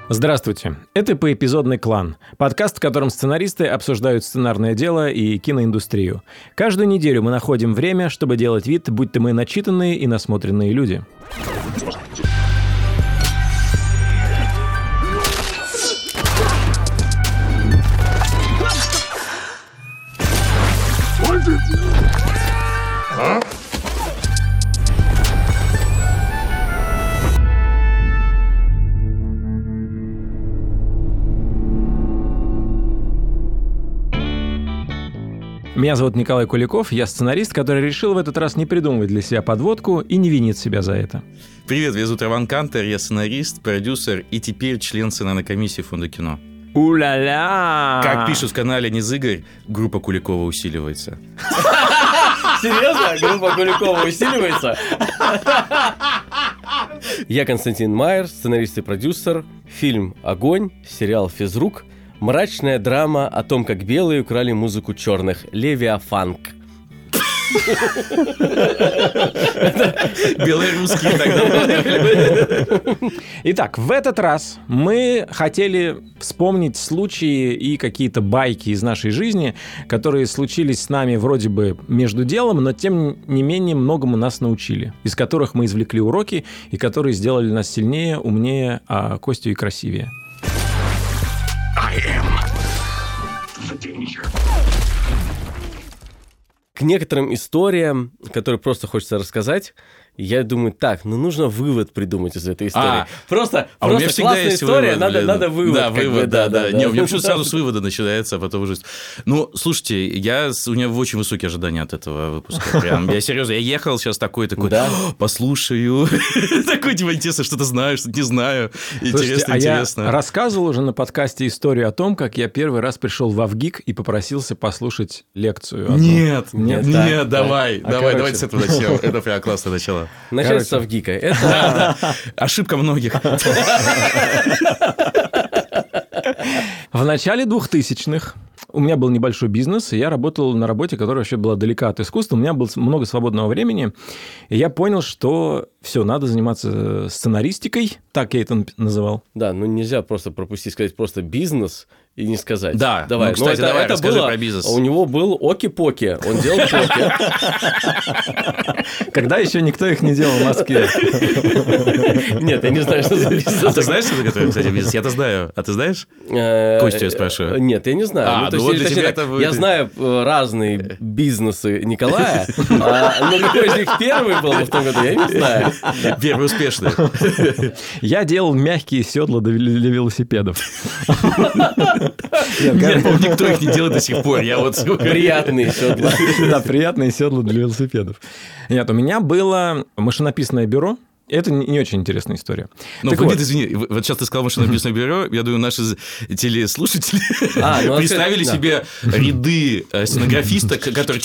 Здравствуйте. Это «Поэпизодный клан» – подкаст, в котором сценаристы обсуждают сценарное дело и киноиндустрию. Каждую неделю мы находим время, чтобы делать вид, будто мы начитанные и насмотренные люди. Меня зовут Николай Куликов, я сценарист, который решил в этот раз не придумывать для себя подводку и не винит себя за это. Привет, меня зовут Роман Кантер, я сценарист, продюсер и теперь член сценарной комиссии Фонда кино. У-ля-ля! Как пишут в канале Низыгорь, группа Куликова усиливается. Серьезно? Группа Куликова усиливается? Я Константин Майер, сценарист и продюсер. Фильм «Огонь», сериал «Физрук», мрачная драма о том, как белые украли музыку черных. Левиафанк. Белые русские тогда. Итак, в этот раз мы хотели вспомнить случаи и какие-то байки из нашей жизни, которые случились с нами вроде бы между делом, но тем не менее многому нас научили, из которых мы извлекли уроки и которые сделали нас сильнее, умнее, а Костю и красивее. К некоторым историям, которые просто хочется рассказать, я думаю, нужно вывод придумать из этой истории. Просто у меня всегда классная есть история, вывод, надо вывод. Да, вывод, да. Не, у меня почему-то сразу с с вывода начинается, а потом уже... Ну, слушайте, у меня очень высокие ожидания от этого выпуска. Прям. Я серьезно, я ехал сейчас такой, послушаю. Такой, типа, интересно, что-то знаю, что-то не знаю. Интересно. Я рассказывал уже на подкасте историю о том, как я первый раз пришел в Авгик и попросился послушать лекцию. Нет, давай с этого начнем. Это прям классное начало. Начать с Авгика. Это ошибка многих. В начале 2000-х у меня был небольшой бизнес, и я работал на работе, которая вообще была далека от искусства. У меня было много свободного времени, и я понял, что все, надо заниматься сценаристикой, так я это называл. Да, нельзя просто пропустить, сказать просто бизнес и не сказать. Да, давай. Кстати, давай, расскажи про бизнес. У него был Оки-Поки, он делал поки. Когда еще никто их не делал в Москве. Нет, я не знаю, что за бизнес. А ты знаешь, что такое, кстати, бизнес? Я-то знаю. А ты знаешь? Костю я спрашиваю. Нет, я не знаю. Я знаю разные бизнесы Николая, но какой из них первый был в том году, я не знаю. Первый успешный. Я делал мягкие седла для велосипедов. Нет, помню, никто их не делает до сих пор. Приятные седла. Да, приятные седла для велосипедов. Нет, у меня было машинописное бюро. Это не очень интересная история. Ну, извини, вот сейчас ты сказал машинописное бюро, я думаю, наши телеслушатели представили себе ряды стенографисток, которые...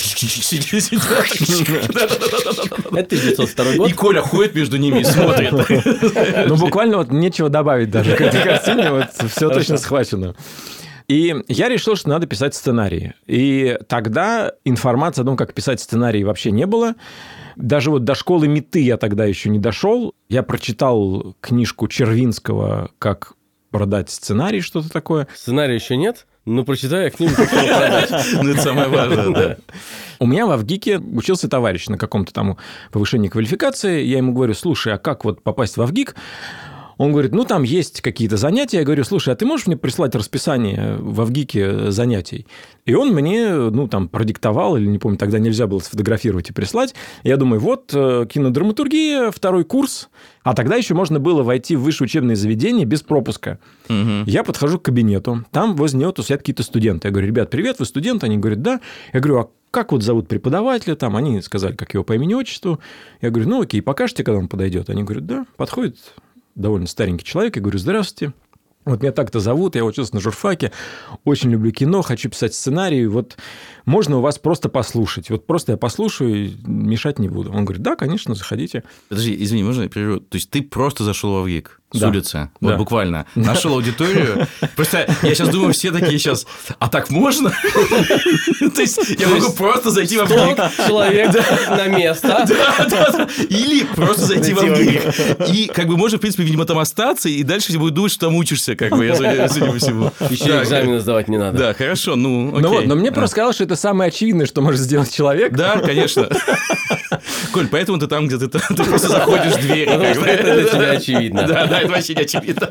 Это 1902 год. И Коля ходит между ними и смотрит. Ну, буквально нечего добавить даже к этой картине, все точно схвачено. И я решил, что надо писать сценарии. И тогда информации о том, как писать сценарии, вообще не было. Даже до школы МИТы я тогда еще не дошел. Я прочитал книжку Червинского «Как продать сценарий», что-то такое. Сценария еще нет, но прочитаю я книгу «Как его продать». Ну, это самое важное, да. У меня в Авгике учился товарищ на каком-то там повышении квалификации. Я ему говорю, слушай, а как попасть в Авгик? Он говорит, там есть какие-то занятия. Я говорю, слушай, а ты можешь мне прислать расписание в Авгике занятий? И он мне, продиктовал, или не помню, тогда нельзя было сфотографировать и прислать. Я думаю, кинодраматургия, 2-й курс. А тогда еще можно было войти в высшее учебное заведение без пропуска. Угу. Я подхожу к кабинету, там возле него сидят какие-то студенты. Я говорю, ребят, привет, вы студенты? Они говорят, да. Я говорю, а как зовут преподавателя? Они сказали, как его по имени-отчеству. Я говорю, окей, покажете, когда он подойдет? Они говорят, да, подходит довольно старенький человек. Я говорю, здравствуйте. Меня так-то зовут, я учился на журфаке, очень люблю кино, хочу писать сценарий. Можно у вас просто послушать? Просто я послушаю, мешать не буду. Он говорит, да, конечно, заходите. Подожди, извини, можно я перерву? То есть ты просто зашел в Авгик? с улицы. Вот буквально. Нашел аудиторию. Просто я сейчас думаю, все такие сейчас, а так можно? То есть я могу просто зайти во ВГИК. Человек на место. Да. Или просто зайти во ВГИК. И как бы можно, в принципе, видимо, там остаться, и дальше все будут думать, что там учишься, как бы, судя по всему. Еще экзамены сдавать не надо. Да, хорошо, окей. Но мне просто сказал, что это самое очевидное, что может сделать человек. Да, конечно. Коль, поэтому ты там, где ты просто заходишь в дверь. Потому что это для тебя очевидно. Да, это вообще не очевидно.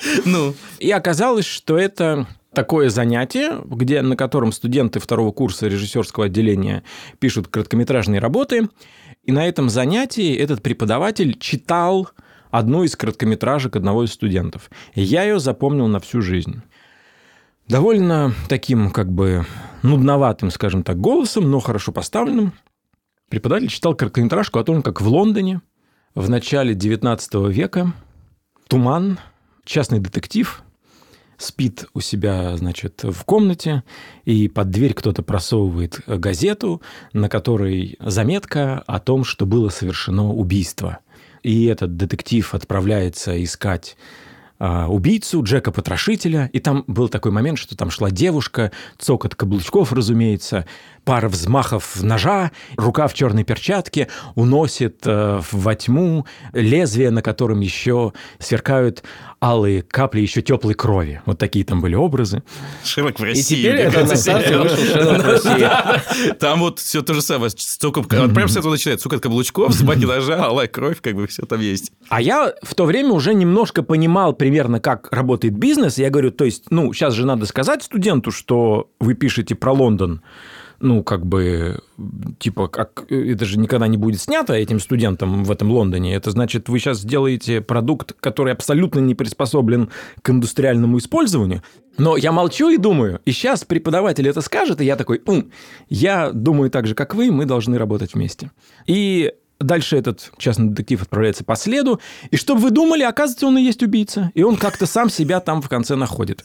И оказалось, что это такое занятие, на котором студенты второго курса режиссерского отделения пишут короткометражные работы, и на этом занятии этот преподаватель читал одну из короткометражек одного из студентов. И я ее запомнил на всю жизнь. Довольно таким, как бы, нудноватым, скажем так, голосом, но хорошо поставленным. Преподаватель читал короткометражку о том, как в Лондоне в начале XIX века туман, частный детектив, спит у себя, значит, в комнате, и под дверь кто-то просовывает газету, на которой заметка о том, что было совершено убийство. И этот детектив отправляется искать убийцу, Джека-потрошителя. И там был такой момент, что там шла девушка, цокот каблучков, разумеется, пара взмахов ножа, рука в черной перчатке уносит во тьму лезвие, на котором еще сверкают алые капли еще теплой крови. Вот такие там были образы. Шерлок в России. И теперь это на старте вышел Шерлок в России. Там вот все то же самое. Прямо с этого начинается. Цокот каблучков, взмахи ножа, алая кровь, как бы все там есть. А я в то время уже немножко понимал примерно, как работает бизнес. Я говорю, то есть, сейчас же надо сказать студенту, что вы пишете про Лондон. Как бы, типа, как это же никогда не будет снято этим студентам в этом Лондоне. Это значит, вы сейчас делаете продукт, который абсолютно не приспособлен к индустриальному использованию. Но я молчу и думаю, и сейчас преподаватель это скажет, и я такой, я думаю так же, как вы, мы должны работать вместе. И дальше этот частный детектив отправляется по следу, и чтобы вы думали, оказывается, он и есть убийца. И он как-то сам себя там в конце находит.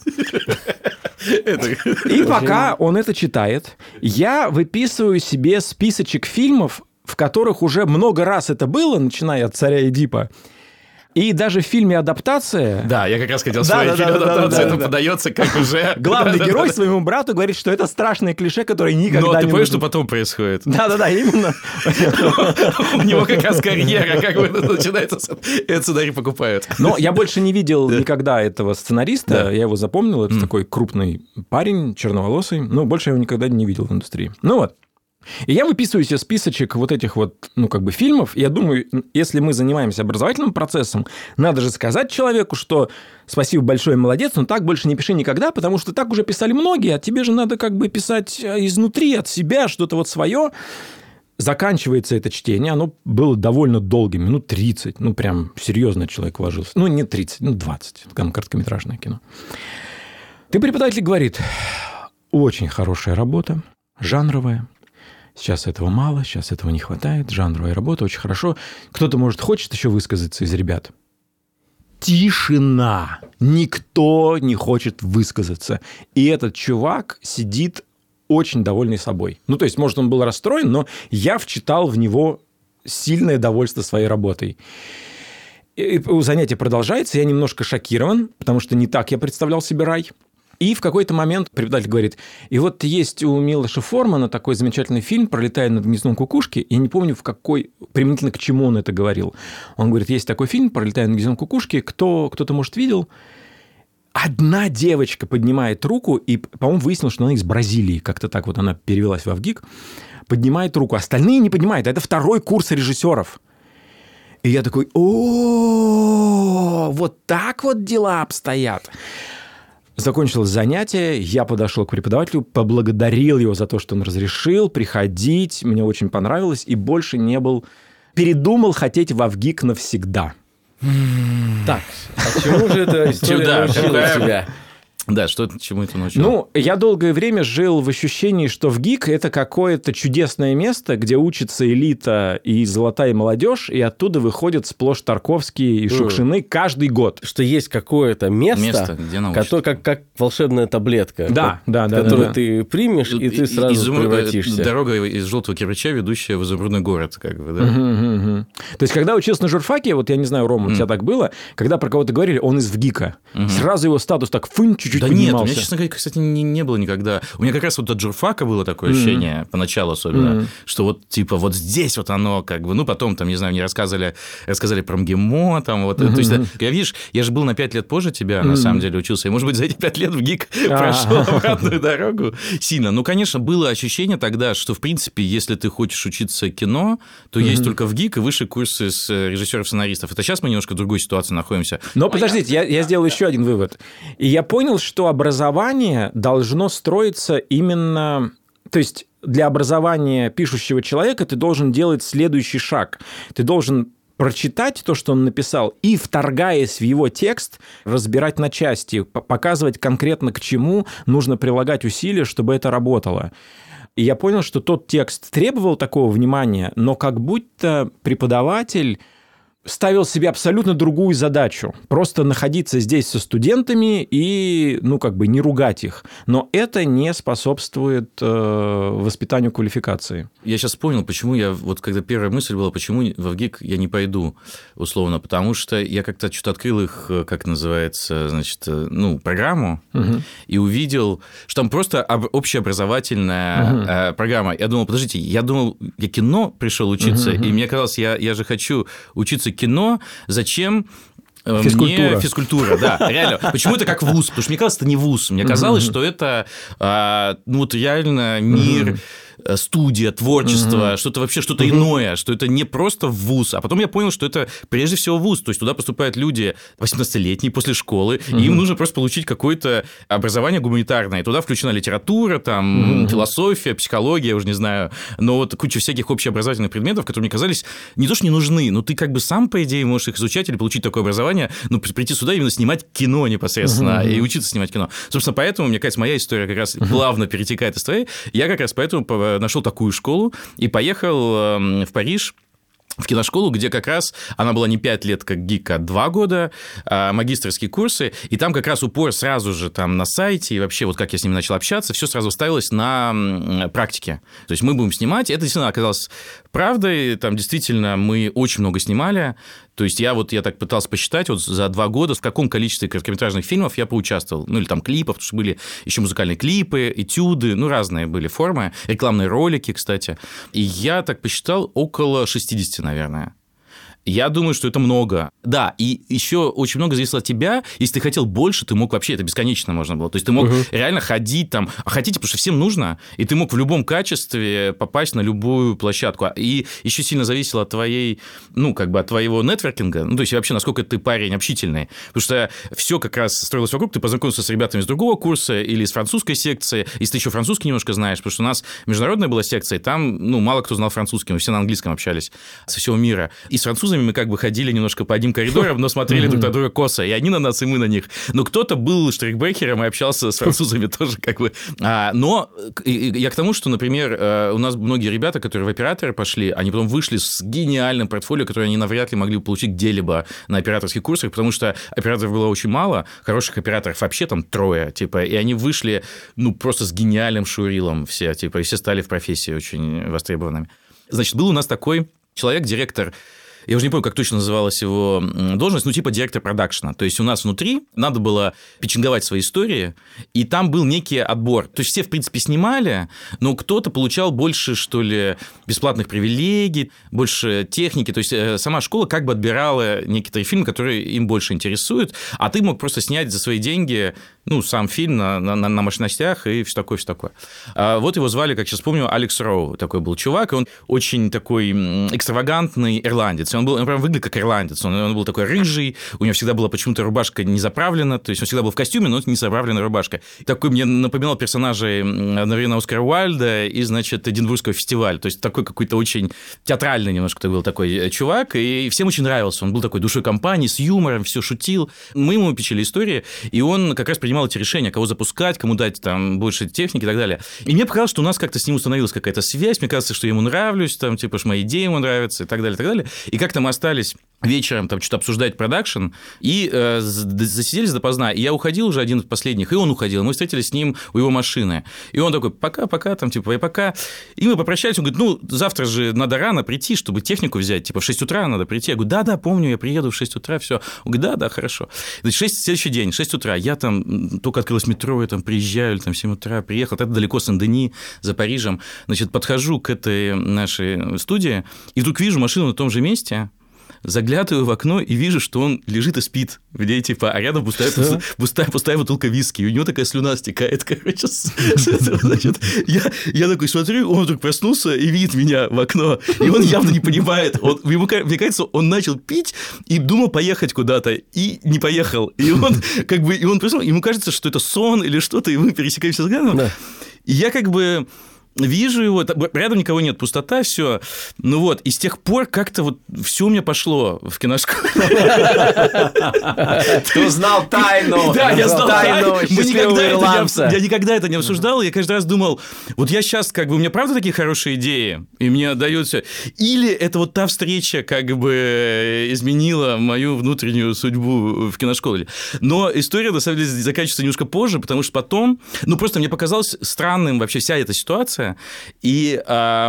И пока он это читает, я выписываю себе списочек фильмов, в которых уже много раз это было, начиная от «Царя Эдипа». И даже в фильме «Адаптация». Да, я как раз хотел сказать, фильм «Адаптация» это подается как уже... Главный герой своему брату говорит, что это страшное клише, которое никогда не нужно. Но ты понимаешь, нужно. что потом происходит? Да, именно. У него как раз карьера как бы начинается, этот сценарий покупают. Но я больше не видел никогда этого сценариста, я его запомнил, это такой крупный парень, черноволосый, но больше я его никогда не видел в индустрии. И я выписываю себе списочек вот этих вот, фильмов. И я думаю, если мы занимаемся образовательным процессом, надо же сказать человеку, что спасибо большое, молодец, но так больше не пиши никогда, потому что так уже писали многие, а тебе же надо как бы писать изнутри, от себя, что-то вот свое. Заканчивается это чтение, оно было довольно долгим, минут 30, прям серьезно человек вложился. Не 30, 20, там короткометражное кино. И преподаватель говорит, очень хорошая работа, жанровая. Сейчас этого мало, сейчас этого не хватает. Жанровая работа, очень хорошо. Кто-то, может, хочет еще высказаться из ребят. Тишина. Никто не хочет высказаться. И этот чувак сидит очень довольный собой. То есть, может, он был расстроен, но я вчитал в него сильное довольство своей работой. И занятие продолжается, я немножко шокирован, потому что не так я представлял себе рай. И в какой-то момент преподаватель говорит, и вот есть у Милоша Формана такой замечательный фильм «Пролетая над гнездом кукушки», я не помню, применительно к чему он это говорил. Он говорит, есть такой фильм «Пролетая над гнездом кукушки», кто-то, может, видел? Одна девочка поднимает руку, и, по-моему, выяснилось, что она из Бразилии, как-то так вот она перевелась во ВГИК, поднимает руку, остальные не поднимают, это второй курс режиссеров. И я такой, вот так вот дела обстоят. Закончилось занятие, я подошел к преподавателю, поблагодарил его за то, что он разрешил приходить, мне очень понравилось, и больше не был... Передумал хотеть во ВГИК навсегда. Так, а чему же эта история научила тебя? Да, чему это научило? Я долгое время жил в ощущении, что ВГИК – это какое-то чудесное место, где учится элита и золотая молодежь, и оттуда выходят сплошь Тарковские и Шукшины каждый год. Что есть какое-то место где научат. как волшебная таблетка, которую ты примешь, и ты сразу превратишься. Дорога из желтого кирпича, ведущая в изумрудный город. То есть, когда учился на журфаке, вот я не знаю, Рома, у тебя так было, когда про кого-то говорили, он из ВГИКа, сразу его статус так чуть-чуть да поднимался. Нет, у меня, честно говоря, кстати, не было никогда. У меня как раз вот от журфака было такое ощущение, поначалу особенно, что вот типа вот здесь вот оно как бы, ну, потом там, не знаю, мне рассказали про МГИМО, там вот. То есть, я, видишь, я же был на 5 лет позже тебя, на самом деле, учился, и, может быть, за эти 5 лет в ГИК прошел обратную дорогу сильно. Ну, конечно, было ощущение тогда, что, в принципе, если ты хочешь учиться кино, то есть только в ГИК и высшие курсы с режиссеров-сценаристов. Это сейчас мы немножко в другой ситуации находимся. Но подождите, я сделал еще один вывод. И я понял, что образование должно строиться именно... То есть для образования пишущего человека ты должен делать следующий шаг. Ты должен прочитать то, что он написал, и, вторгаясь в его текст, разбирать на части, показывать конкретно, к чему нужно прилагать усилия, чтобы это работало. И я понял, что тот текст требовал такого внимания, но как будто преподаватель ставил себе абсолютно другую задачу. Просто находиться здесь со студентами и, ну, как бы не ругать их. Но это не способствует воспитанию квалификации. Я сейчас понял, почему вот когда первая мысль была, почему в ВГИК я не пойду, условно, потому что я как-то что-то открыл их, как называется, значит, ну, программу, и увидел, что там просто общеобразовательная программа. Я думал, подождите, я кино пришел учиться, и мне казалось, я же хочу учиться кино, зачем мне физкультура, да, реально. Почему это как вуз? Потому что мне казалось, это не вуз. Мне казалось, что это ну, вот реально мир, студия, творчество, что-то вообще, что-то иное, что это не просто вуз. А потом я понял, что это прежде всего вуз. То есть туда поступают люди 18-летние после школы, и им нужно просто получить какое-то образование гуманитарное. И туда включена литература, там, философия, психология, я уже не знаю, но вот куча всяких общеобразовательных предметов, которые мне казались не то, что не нужны, но ты как бы сам, по идее, можешь их изучать или получить такое образование, ну, прийти сюда именно снимать кино непосредственно и учиться снимать кино. Собственно, поэтому, мне кажется, моя история как раз плавно перетекает из твоей. Я как раз поэтому нашел такую школу и поехал в Париж, в киношколу, где как раз она была не 5 лет как ГИК, а 2 года, магистерские курсы, и там как раз упор сразу же там на сайте, и вообще вот как я с ними начал общаться, все сразу ставилось на практике. То есть мы будем снимать, это действительно оказалось правдой, там действительно мы очень много снимали. То есть я так пытался посчитать, вот за 2 года в каком количестве короткометражных фильмов я поучаствовал. Ну, или там клипов, потому что были еще музыкальные клипы, этюды, ну, разные были формы, рекламные ролики, кстати. И я так посчитал около 60, наверное. Я думаю, что это много. Да, и еще очень много зависело от тебя. Если ты хотел больше, ты мог вообще, это бесконечно можно было. То есть ты мог реально ходить там, а хотите, потому что всем нужно, и ты мог в любом качестве попасть на любую площадку. И еще сильно зависело от твоей, ну, как бы от твоего нетворкинга, ну, то есть вообще, насколько ты парень общительный. Потому что все как раз строилось вокруг, ты познакомился с ребятами из другого курса или из французской секции, если ты еще французский немножко знаешь, потому что у нас международная была секция, и там, ну, мало кто знал французский, мы все на английском общались со всего мира. И с французами мы как бы ходили немножко по одним коридорам, но смотрели друг на друга косо, и они на нас, и мы на них. Но кто-то был штрихбрехером и общался с французами тоже как бы. Но я к тому, что, например, у нас многие ребята, которые в операторы пошли, они потом вышли с гениальным портфолио, которое они навряд ли могли бы получить где-либо на операторских курсах, потому что операторов было очень мало, хороших операторов вообще там 3, типа, и они вышли, ну, просто с гениальным шурилом все, типа, и все стали в профессии очень востребованными. Значит, был у нас такой человек, директор, я уже не помню, как точно называлась его должность, ну, типа директор продакшена. То есть у нас внутри надо было питчинговать свои истории, и там был некий отбор. То есть все, в принципе, снимали, но кто-то получал больше, что ли, бесплатных привилегий, больше техники. То есть сама школа как бы отбирала некоторые фильмы, которые им больше интересуют, а ты мог просто снять за свои деньги, ну, сам фильм на мощностях и все такое, все такое. Вот его звали, как сейчас помню, Алекс Роу. Такой был чувак, и он очень такой экстравагантный ирландец. Он прям выглядел как ирландец. Он был такой рыжий, у него всегда была почему-то рубашка не заправлена, то есть он всегда был в костюме, но не заправленная рубашка. Такой мне напоминал персонажей одновременно Оскара Уайльда и, значит, Эдинбургского фестиваля. То есть такой какой-то очень театральный немножко был такой чувак, и всем очень нравился. Он был такой душой компании, с юмором, все шутил. Мы ему пичили истории, и он как раз принимал эти решения, кого запускать, кому дать там больше техники и так далее. И мне показалось, что у нас как-то с ним установилась какая-то связь, мне кажется, что я ему нравлюсь, там, типа, что мои идеи ему нравятся и так далее, и так далее. И как-то мы остались вечером там что-то обсуждать продакшн, и засиделись допоздна, и я уходил уже один из последних, и он уходил, мы встретились с ним у его машины, и он такой, пока, там, типа, пока, и мы попрощались, он говорит, завтра же надо рано прийти, чтобы технику взять, типа, в 6 утра надо прийти, я говорю, да, помню, я приеду в 6 утра, все, он говорит, да, хорошо, значит, следующий день, 6 утра, я там, только открылось метро, я там приезжаю, там, в 7 утра приехал, это далеко Сен-Дени, за Парижем, значит, подхожу к этой нашей студии, и вдруг вижу машину на том же месте, заглядываю в окно и вижу, что он лежит и спит, где, типа, а рядом пустая бутылка виски, и у него такая слюна стекает, короче, значит, я такой смотрю, он вдруг проснулся и видит меня в окно, и он явно не понимает, мне кажется, он начал пить и думал поехать куда-то, и не поехал, и он, как бы, ему кажется, что это сон или что-то, и мы пересекаемся взглядом, и я, как бы, вижу его, рядом никого нет, пустота, все. Ну вот, и с тех пор как-то вот все у меня пошло в киношколе. Ты узнал тайну. Да, я знал тайну. Я Я никогда это не обсуждал, я каждый раз думал, вот я сейчас, как бы, у меня правда такие хорошие идеи, и мне дают все. Или это вот та встреча, как бы, изменила мою внутреннюю судьбу в киношколе. Но история, на самом деле, заканчивается немножко позже, потому что потом, просто мне показалось странным вообще вся эта ситуация. И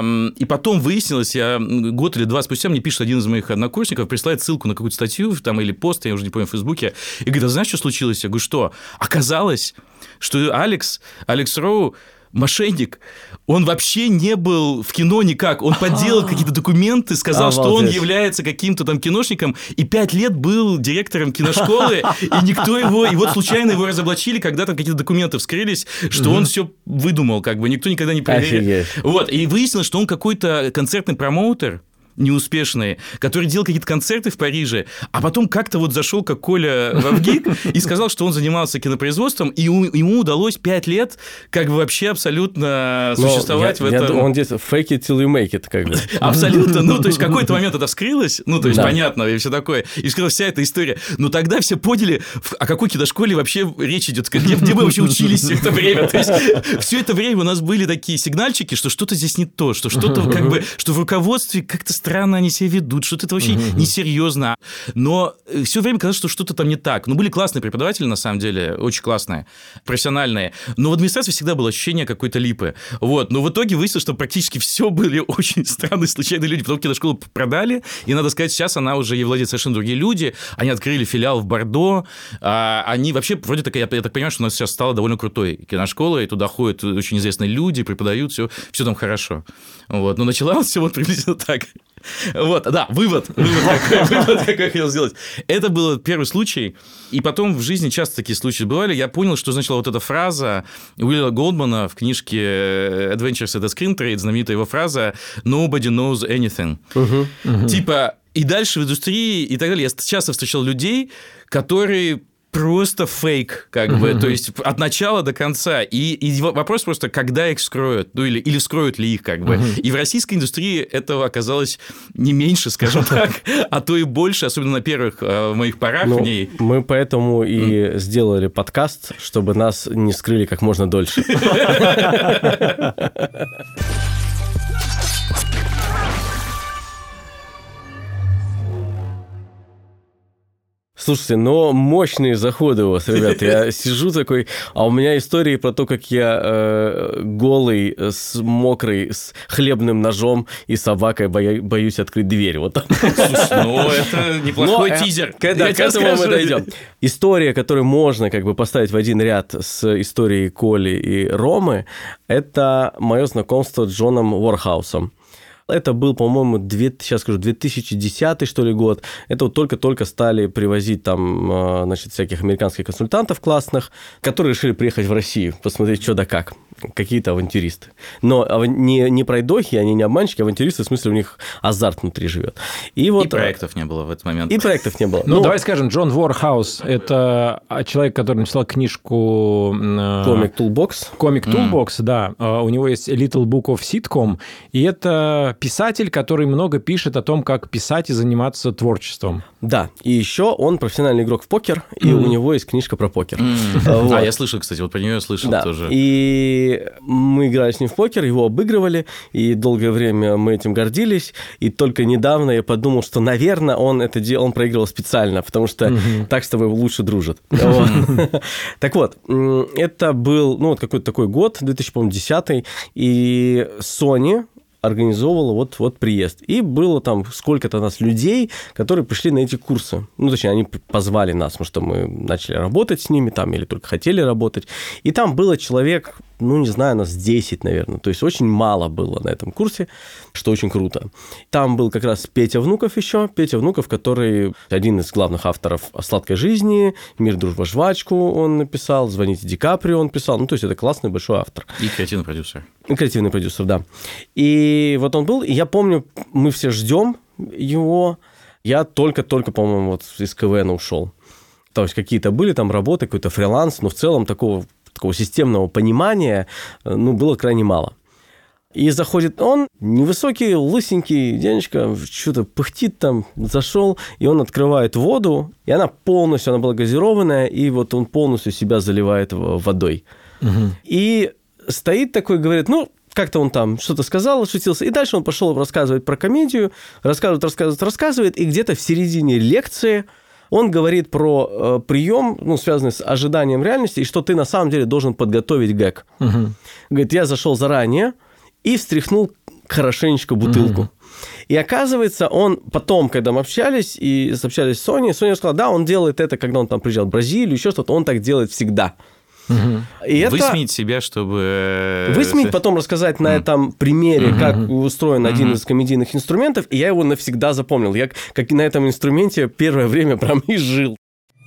потом выяснилось, год или два спустя мне пишет один из моих однокурсников, присылает ссылку на какую-то статью там, или пост, я уже не помню, в Фейсбуке, и говорит, а знаешь, что случилось? Я говорю, что? Оказалось, что Алекс Роу мошенник, он вообще не был в кино никак, он подделал какие-то документы, сказал, что он является каким-то там киношником, и 5 лет был директором киношколы, и никто его, и вот случайно его разоблачили, когда там какие-то документы вскрылись, что он все выдумал, как бы, никто никогда не проверял. Вот, и выяснилось, что он какой-то концертный промоутер, неуспешные, который делал какие-то концерты в Париже, а потом как-то вот зашел, как Коля, в ВГИК и сказал, что он занимался кинопроизводством, и ему удалось 5 лет как бы вообще абсолютно существовать в этом. Он здесь fake it till you make it, как бы. Абсолютно. Ну, то есть, в какой-то момент это вскрылось, ну, то есть, понятно, и все такое, и вскрылась вся эта история. Но тогда все поняли, о какой киношколе вообще речь идет, где мы вообще учились все это время. То есть, все это время у нас были такие сигнальчики, что что-то здесь не то, что что-то как бы, что в руководстве как-то странно они себя ведут, что это вообще несерьезно. Но все время казалось, что что-то там не так. Ну, были классные преподаватели, на самом деле, очень классные, профессиональные. Но в администрации всегда было ощущение какой-то липы. Вот. Но в итоге выяснилось, что практически все были очень странные, случайные люди. Потом киношколу продали, и, надо сказать, сейчас она уже ей владеет совершенно другие люди. Они открыли филиал в Бордо. Они вообще, вроде так, я так понимаю, что у нас сейчас стала довольно крутой киношкола, и туда ходят очень известные люди, преподают, все там хорошо. Вот. Но началось все вот приблизительно так. Вот, да, вывод какой я хотел сделать. Это был первый случай, и потом в жизни часто такие случаи бывали. Я понял, что значила вот эта фраза Уилла Голдмана в книжке Adventures at the Screen Trade, знаменитая его фраза «Nobody knows anything». Типа, и дальше в индустрии и так далее. Я часто встречал людей, которые просто фейк, как бы, то есть от начала до конца. И вопрос просто, когда их скроют, ну или вскроют ли их, как бы. И в российской индустрии этого оказалось не меньше, скажем так, а то и больше, особенно на первых моих порах в ней. Мы поэтому и сделали подкаст, чтобы нас не скрыли как можно дольше. Слушайте, но мощные заходы у вас, ребят. Я сижу такой, а у меня истории про то, как я голый, мокрый, с хлебным ножом и собакой боюсь открыть дверь. Вот. Слушай, ну это неплохой тизер. К этому мы дойдем. История, которую можно как бы поставить в один ряд с историей Коли и Ромы, это мое знакомство с Джоном Уорхаусом. Это был, по-моему, сейчас скажу, 2010, что ли, год. Это вот только-только стали привозить там, значит, всяких американских консультантов классных, которые решили приехать в Россию, посмотреть, что да как. Какие-то авантюристы. Но не пройдохи, они не обманщики, авантюристы, в смысле, у них азарт внутри живет. И проектов не было в этот момент. И проектов не было. Ну, давай скажем, Джон Уорхаус – это человек, который написал книжку... Comic Toolbox. Comic Toolbox, да. У него есть Little Book of Sitcom, и это писатель, который много пишет о том, как писать и заниматься творчеством. Да, и еще он профессиональный игрок в покер, и у него есть книжка про покер. Я слышал, кстати, вот про нее я слышал тоже. И И мы играли с ним в покер, его обыгрывали, и долгое время мы этим гордились. И только недавно я подумал, что, наверное, он проигрывал специально, потому что так с тобой лучше дружат. Так вот, это был какой-то такой год, 2010, и Sony организовывала вот приезд. И было там сколько-то нас людей, которые пришли на эти курсы. Точнее, они позвали нас, потому что мы начали работать с ними там или только хотели работать. И там было человек, не знаю, нас 10, наверное. То есть очень мало было на этом курсе, что очень круто. Там был как раз Петя Внуков еще. Петя Внуков, который один из главных авторов «Сладкой жизни», «Мир, дружба, жвачку» он написал, «Звоните Ди Каприо» он писал. То есть это классный большой автор. И креативный продюсер. Креативный продюсер, да. И вот он был, и я помню, мы все ждем его. Я только-только, по-моему, из КВН ушел. То есть какие-то были там работы, какой-то фриланс, но в целом такого системного понимания, было крайне мало. И заходит он, невысокий, лысенький дядечка, что-то пыхтит там, зашел, и он открывает воду, и она была газированная, и вот он полностью себя заливает водой. И стоит такой, говорит, как-то он там что-то сказал, шутился, и дальше он пошел рассказывать про комедию, рассказывает, и где-то в середине лекции он говорит про прием, связанный с ожиданием реальности, и что ты на самом деле должен подготовить гэг. Говорит, я зашел заранее и встряхнул хорошенечко бутылку. И оказывается, он потом, когда мы общались с Соней сказала, да, он делает это, когда он там приезжал в Бразилию, еще что-то, он так делает всегда. И высмеять себя, чтобы... Высмеять, потом рассказать на этом примере, как устроен один из комедийных инструментов, и я его навсегда запомнил. Я как на этом инструменте первое время прям и жил.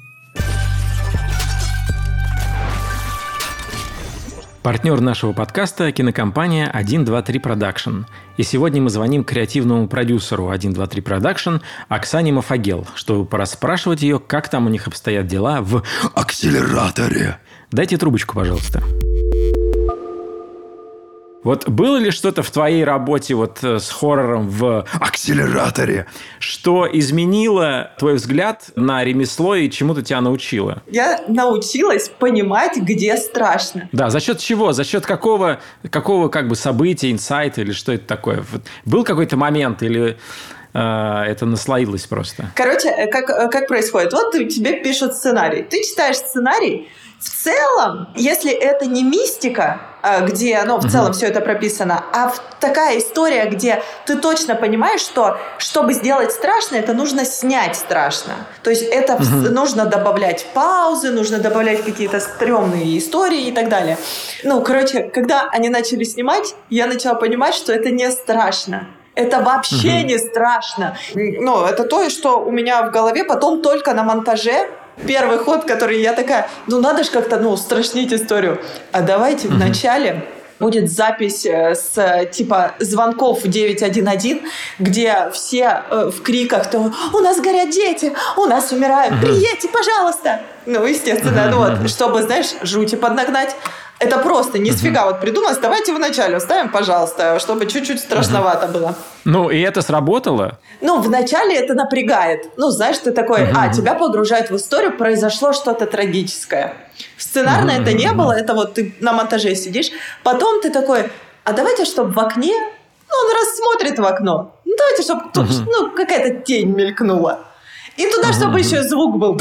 Партнер нашего подкаста – кинокомпания 123 Production. И сегодня мы звоним креативному продюсеру 123 Production Оксане Мафагел, чтобы порасспрашивать ее, как там у них обстоят дела в акселераторе. Дайте трубочку, пожалуйста. Вот было ли что-то в твоей работе с хоррором в акселераторе, что изменило твой взгляд на ремесло и чему-то тебя научило? Я научилась понимать, где страшно. Да, за счет чего? За счет какого события, инсайта или что это такое? Был какой-то момент или... это наслоилось просто? Короче, как происходит? Вот тебе пишут сценарий. Ты читаешь сценарий. В целом, если это не мистика, где в целом все это прописано, а такая история, где ты точно понимаешь, что чтобы сделать страшно, это нужно снять страшно. То есть это нужно добавлять паузы, нужно добавлять какие-то стрёмные истории и так далее. Когда они начали снимать, я начала понимать, что это не страшно. Это вообще не страшно. Это то, что у меня в голове потом только на монтаже. Первый ход, который я такая, надо же как-то, устрашнить историю. А давайте в начале будет запись с звонков в 911, где все в криках, у нас горят дети, у нас умирают, приедьте, пожалуйста. Естественно, чтобы, жути поднагнать. Это просто не сфига придумалось. Давайте в начале оставим, пожалуйста, чтобы чуть-чуть страшновато было. И это сработало? В начале это напрягает. Ты такой, тебя погружают в историю, произошло что-то трагическое. Сценарно это не было, это ты на монтаже сидишь. Потом ты такой, а давайте, чтобы в окне, он раз смотрит в окно, давайте, чтобы тут, какая-то тень мелькнула. И туда, чтобы еще звук был.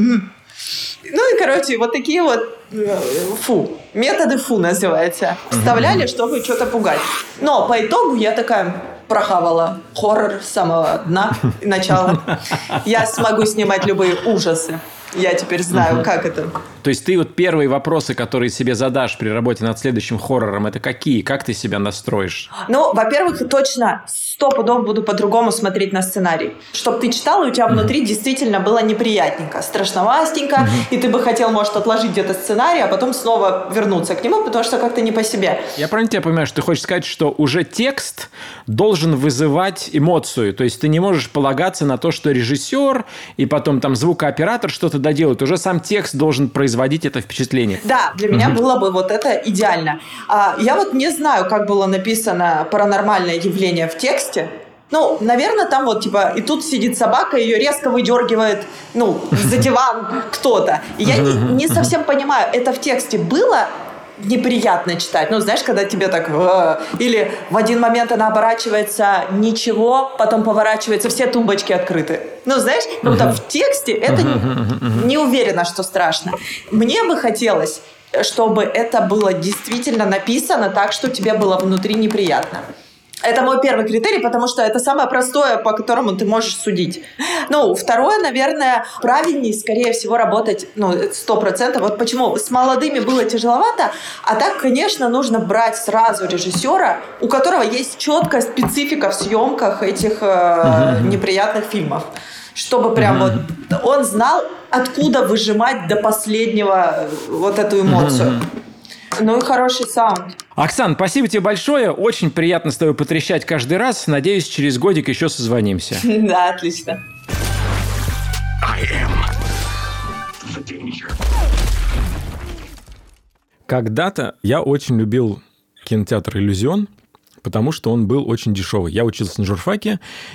Такие методы называется. Вставляли, чтобы что-то пугать. Но по итогу я такая прохавала хоррор с самого дна и начала. Я смогу снимать любые ужасы. Я теперь знаю, как это. То есть ты первые вопросы, которые себе задашь при работе над следующим хоррором, это какие? Как ты себя настроишь? Во-первых, точно 100% буду по-другому смотреть на сценарий. Чтобы ты читал, и у тебя внутри действительно было неприятненько, страшновастенько, и ты бы хотел, может, отложить где-то сценарий, а потом снова вернуться к нему, потому что как-то не по себе. Я правильно тебя понимаю, что ты хочешь сказать, что уже текст должен вызывать эмоцию, то есть ты не можешь полагаться на то, что режиссер и потом звукооператор что-то доделают, уже сам текст должен производить это впечатление. Да, для меня было бы это идеально. Я не знаю, как было написано паранормальное явление в тексте. Наверное, там и тут сидит собака, ее резко выдергивает, за диван кто-то. И я не совсем понимаю, это в тексте было неприятно читать. Ну, знаешь, когда тебе так... Или в один момент она оборачивается ничего, потом поворачивается, все тумбочки открыты. Ну, знаешь, ну, там в тексте это не уверена, что страшно. Мне бы хотелось, чтобы это было действительно написано так, что тебе было внутри неприятно. Это мой первый критерий, потому что это самое простое, по которому ты можешь судить. Ну, второе, наверное, правильнее, скорее всего, работать, 100%. Вот почему с молодыми было тяжеловато, а так, конечно, нужно брать сразу режиссера, у которого есть четкая специфика в съемках этих неприятных фильмов. Чтобы прям вот он знал, откуда выжимать до последнего вот эту эмоцию. Ну и хороший саунд. Оксан, спасибо тебе большое. Очень приятно с тобой потрещать каждый раз. Надеюсь, через годик еще созвонимся. Да, отлично. Когда-то я очень любил кинотеатр «Иллюзион», потому что он был очень дешевый. Я учился на журфаке,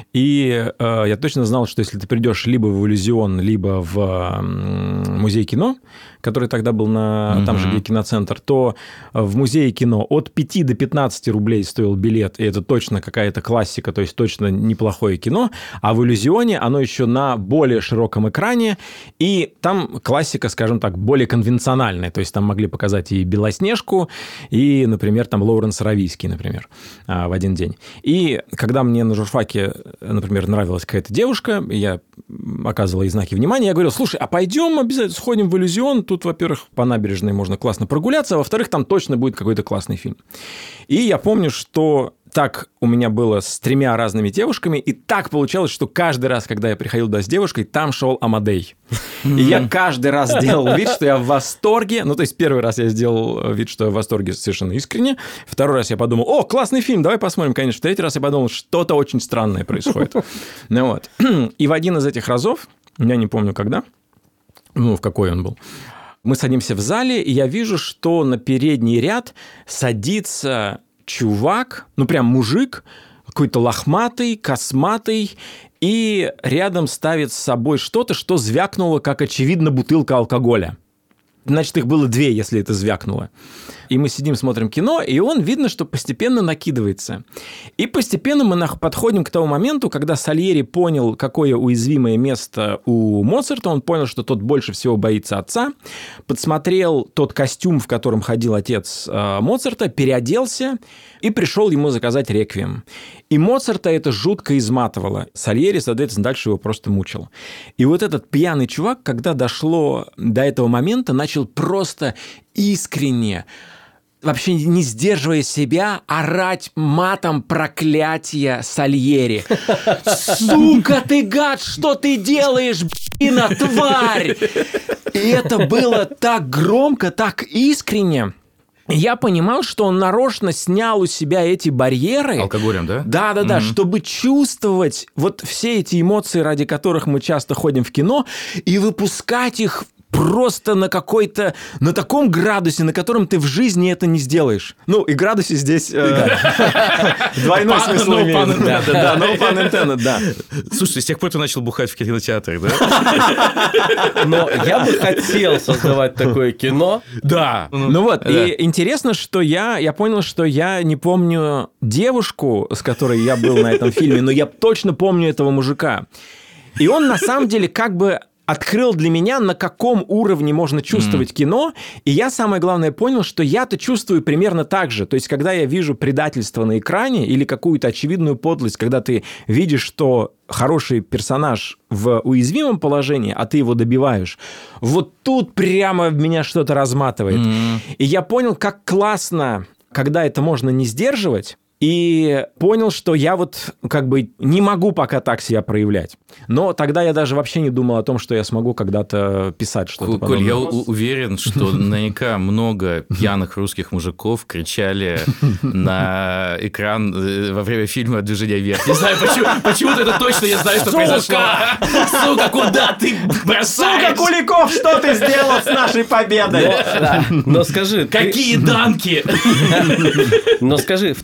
и я точно знал, что если ты придешь либо в «Иллюзион», либо в музей кино, который тогда был там же, где киноцентр, то в музее кино от 5 до 15 рублей стоил билет, и это точно какая-то классика, то есть точно неплохое кино, а в «Иллюзионе» оно еще на более широком экране, и там классика, скажем так, более конвенциональная, то есть там могли показать и «Белоснежку», и, например, там Лоуренс Аравийский, например, в один день. И когда мне на журфаке, например, нравилась какая-то девушка, я оказывал ей знаки внимания, я говорил: слушай, а пойдем обязательно сходим в «Иллюзион», тут, во-первых, по набережной можно классно прогуляться, а во-вторых, там точно будет какой-то классный фильм. И я помню, что так у меня было с 3 разными девушками, и так получалось, что каждый раз, когда я приходил туда с девушкой, там шел «Амадей». И я каждый раз делал вид, что я в восторге. Ну, то есть первый раз я сделал вид, что я в восторге совершенно искренне. Второй раз я подумал: о, классный фильм, давай посмотрим, конечно. В третий раз я подумал, что-то очень странное происходит. Ну вот. И в один из этих разов, я не помню когда, в какой он был, мы садимся в зале, и я вижу, что на передний ряд садится чувак, прям мужик, какой-то лохматый, косматый, и рядом ставит с собой что-то, что звякнуло, как, очевидно, бутылка алкоголя. Значит, их было 2, если это звякнуло. И мы сидим, смотрим кино, и он, видно, что постепенно накидывается. И постепенно мы подходим к тому моменту, когда Сальери понял, какое уязвимое место у Моцарта, он понял, что тот больше всего боится отца, подсмотрел тот костюм, в котором ходил отец Моцарта, переоделся и пришел ему заказать реквием. И Моцарта это жутко изматывало. Сальери, соответственно, дальше его просто мучил. И вот этот пьяный чувак, когда дошло до этого момента, начал просто искренне, вообще не сдерживая себя, орать матом проклятия Сальери. «Сука ты, гад, что ты делаешь, тварь!» И это было так громко, так искренне. Я понимал, что он нарочно снял у себя эти барьеры. Алкоголем, да? Да, чтобы чувствовать вот все эти эмоции, ради которых мы часто ходим в кино, и выпускать их просто на таком градусе, на котором ты в жизни это не сделаешь. И градусе здесь двойной смысл имеет. Да, no pun intended, да. Слушай, с тех пор ты начал бухать в кинотеатре, да? Но я бы хотел создавать такое кино. Да. И интересно, что я понял, что я не помню девушку, с которой я был на этом фильме, но я точно помню этого мужика. И он, на самом деле, как бы открыл для меня, на каком уровне можно чувствовать кино, и я, самое главное, понял, что я-то чувствую примерно так же. То есть, когда я вижу предательство на экране или какую-то очевидную подлость, когда ты видишь, что хороший персонаж в уязвимом положении, а ты его добиваешь, вот тут прямо меня что-то разматывает. И я понял, как классно, когда это можно не сдерживать, и понял, что я не могу пока так себя проявлять. Но тогда я даже вообще не думал о том, что я смогу когда-то писать что-то подобное. Коль, я уверен, что наверняка много пьяных русских мужиков кричали на экран во время фильма «Движение вверх». Не знаю, почему-то это точно я знаю, что произошло. Сука, куда ты бросаешь? Сука, Куликов, что ты сделал с нашей победой? Но скажи... Какие данки! Но скажи, в тот момент,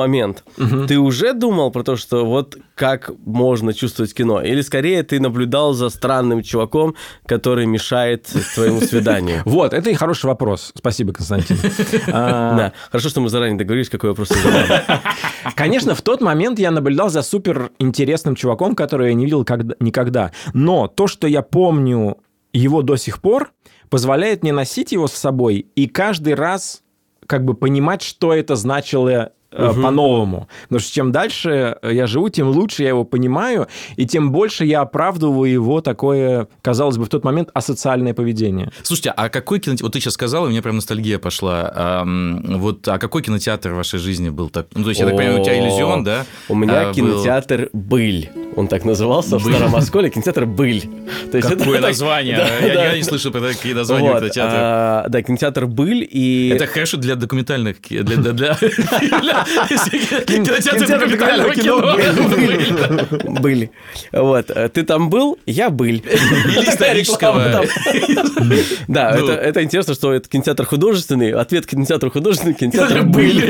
момент, ты уже думал про то, что вот как можно чувствовать кино? Или скорее ты наблюдал за странным чуваком, который мешает твоему свиданию? Вот, это и хороший вопрос. Спасибо, Константин. Да, хорошо, что мы заранее договорились, какой вопрос ты задал. Конечно, в тот момент я наблюдал за суперинтересным чуваком, которого я не видел никогда. Но то, что я помню его до сих пор, позволяет мне носить его с собой и каждый раз как бы понимать, что это значило по-новому. Потому что чем дальше я живу, тем лучше я его понимаю, и тем больше я оправдываю его такое, казалось бы, в тот момент асоциальное поведение. Слушайте, а какой кинотеатр... Вот ты сейчас сказал, и у меня прям ностальгия пошла. А какой кинотеатр в вашей жизни был? Ну, то есть, я так понимаю, у тебя «Иллюзион», да? У меня кинотеатр «Быль». Он так назывался в Старом Осколе, кинотеатр «Быль». Какое название? Я не слышал про такие названия кинотеатра. Да, кинотеатр «Быль» и... Это хорошо для документальных... Кинотеатр документального кино. «Быль». Вот. Ты там был, я «Быль». Или исторического. Да, это интересно, что это кинотеатр художественный, ответ кинотеатр художественный, кинотеатр «Быль».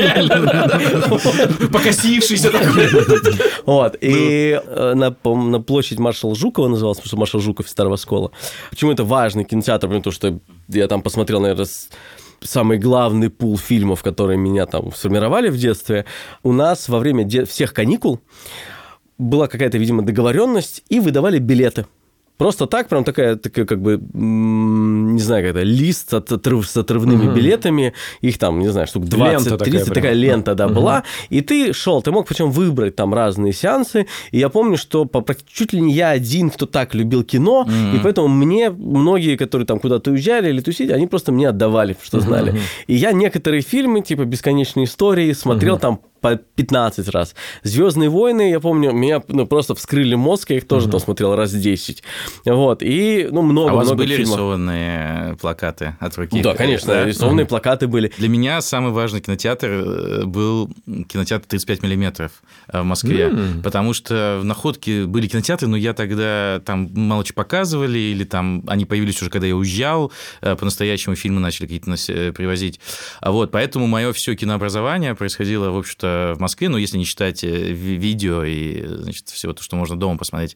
Покосившийся такой. Вот. И на площадь маршала Жукова назывался, потому что маршал Жуков из Старого Оскола. Почему это важный кинотеатр? Потому что я там посмотрел, наверное, самый главный пул фильмов, которые меня там сформировали в детстве. У нас во время всех каникул была какая-то, видимо, договоренность, и выдавали билеты. Просто так, прям такая как бы, не знаю, как это, лист с отрывными билетами, их там, не знаю, штук 20-30, такая лента, да, была, и ты шел, ты мог причем выбрать там разные сеансы, и я помню, что чуть ли не я один, кто так любил кино, и поэтому мне многие, которые там куда-то уезжали или тусили, они просто мне отдавали, что знали. И я некоторые фильмы, типа «Бесконечные истории», смотрел там по 15 раз. «Звездные войны», я помню, меня просто вскрыли мозг, я их тоже там смотрел раз 10. Вот, и много-много А у вас были фильмов. Рисованные плакаты от руки? Да, конечно, рисованные плакаты были. Для меня самый важный кинотеатр был кинотеатр 35 миллиметров в Москве, потому что в Находке были кинотеатры, но я тогда там мало чего показывали, или там они появились уже, когда я уезжал, по-настоящему фильмы начали какие-то привозить. Вот, поэтому мое все кинообразование происходило, в общем-то, в Москве, но если не считать видео и, значит, всего то, что можно дома посмотреть.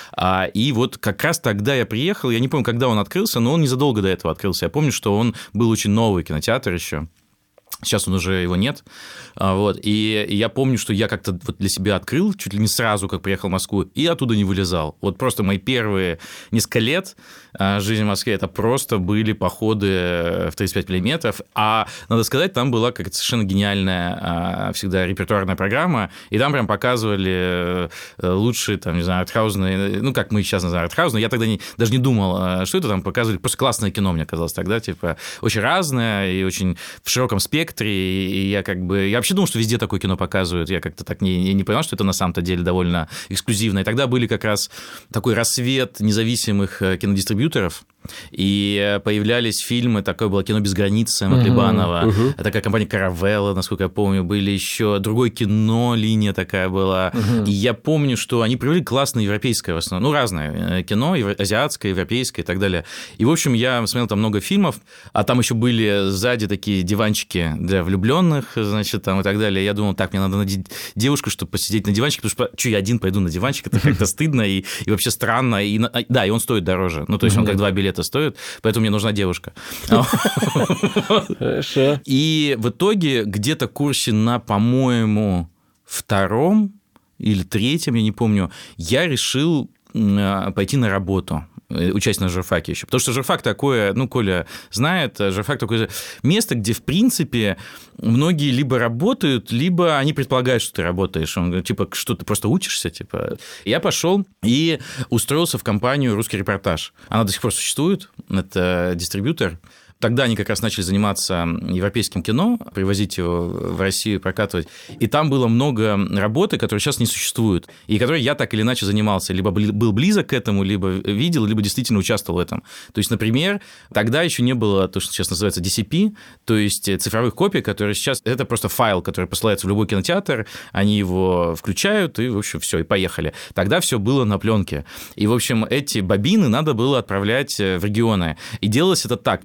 И вот как раз тогда я приехал, я не помню, когда он открылся, но он незадолго до этого открылся. Я помню, что он был очень новый кинотеатр еще. Сейчас он уже его нет. Вот. И я помню, что я как-то вот для себя открыл, чуть ли не сразу, как приехал в Москву, и оттуда не вылезал. Вот просто мои первые несколько лет жизни в Москве это просто были походы в 35 миллиметров. А, надо сказать, там была какая-то совершенно гениальная всегда репертуарная программа, и там прям показывали лучшие, там, не знаю, артхаусные, ну, как мы сейчас называем артхаусные. Я тогда даже не думал, что это там показывали. Просто классное кино, мне казалось тогда, типа, очень разное и очень в широком спектре. И я вообще думал, что везде такое кино показывают. Я как-то так не понимал, что это на самом-то деле довольно эксклюзивно. И тогда были как раз такой рассвет независимых кинодистрибьюторов, и появлялись фильмы, такое было «Кино без границ» Сэма Клебанова, такая компания «Каравелла», насколько я помню, были еще другое кино, линия такая была. И я помню, что они привели классное европейское в основном, ну, разное кино, азиатское, европейское и так далее. И, в общем, я смотрел там много фильмов, а там еще были сзади такие диванчики для влюбленных, значит, там и так далее. Я думал, так, мне надо найти девушку, чтобы посидеть на диванчике, потому что я один пойду на диванчик, это как-то стыдно и вообще странно. Да, и он стоит дороже. Ну, то есть он как 2 билета стоит, поэтому мне нужна девушка. Хорошо. И в итоге где-то курсе на, по-моему, 2-м или 3-м, я не помню, я решил пойти на работу, учась на журфаке еще. Потому что журфак такое, ну, Коля знает, журфак такое место, где, в принципе, многие либо работают, либо они предполагают, что ты работаешь. Он говорит, типа, что ты просто учишься, типа. Я пошел и устроился в компанию «Русский репортаж». Она до сих пор существует, это дистрибьютор. Тогда они как раз начали заниматься европейским кино, привозить его в Россию, прокатывать. И там было много работы, которые сейчас не существуют, и которые я так или иначе занимался. Либо был близок к этому, либо видел, либо действительно участвовал в этом. То есть, например, тогда еще не было то, что сейчас называется DCP, то есть цифровых копий, которые сейчас... Это просто файл, который посылается в любой кинотеатр, они его включают, и, в общем, все, и поехали. Тогда все было на пленке. И, в общем, эти бобины надо было отправлять в регионы. И делалось это так. Поэтому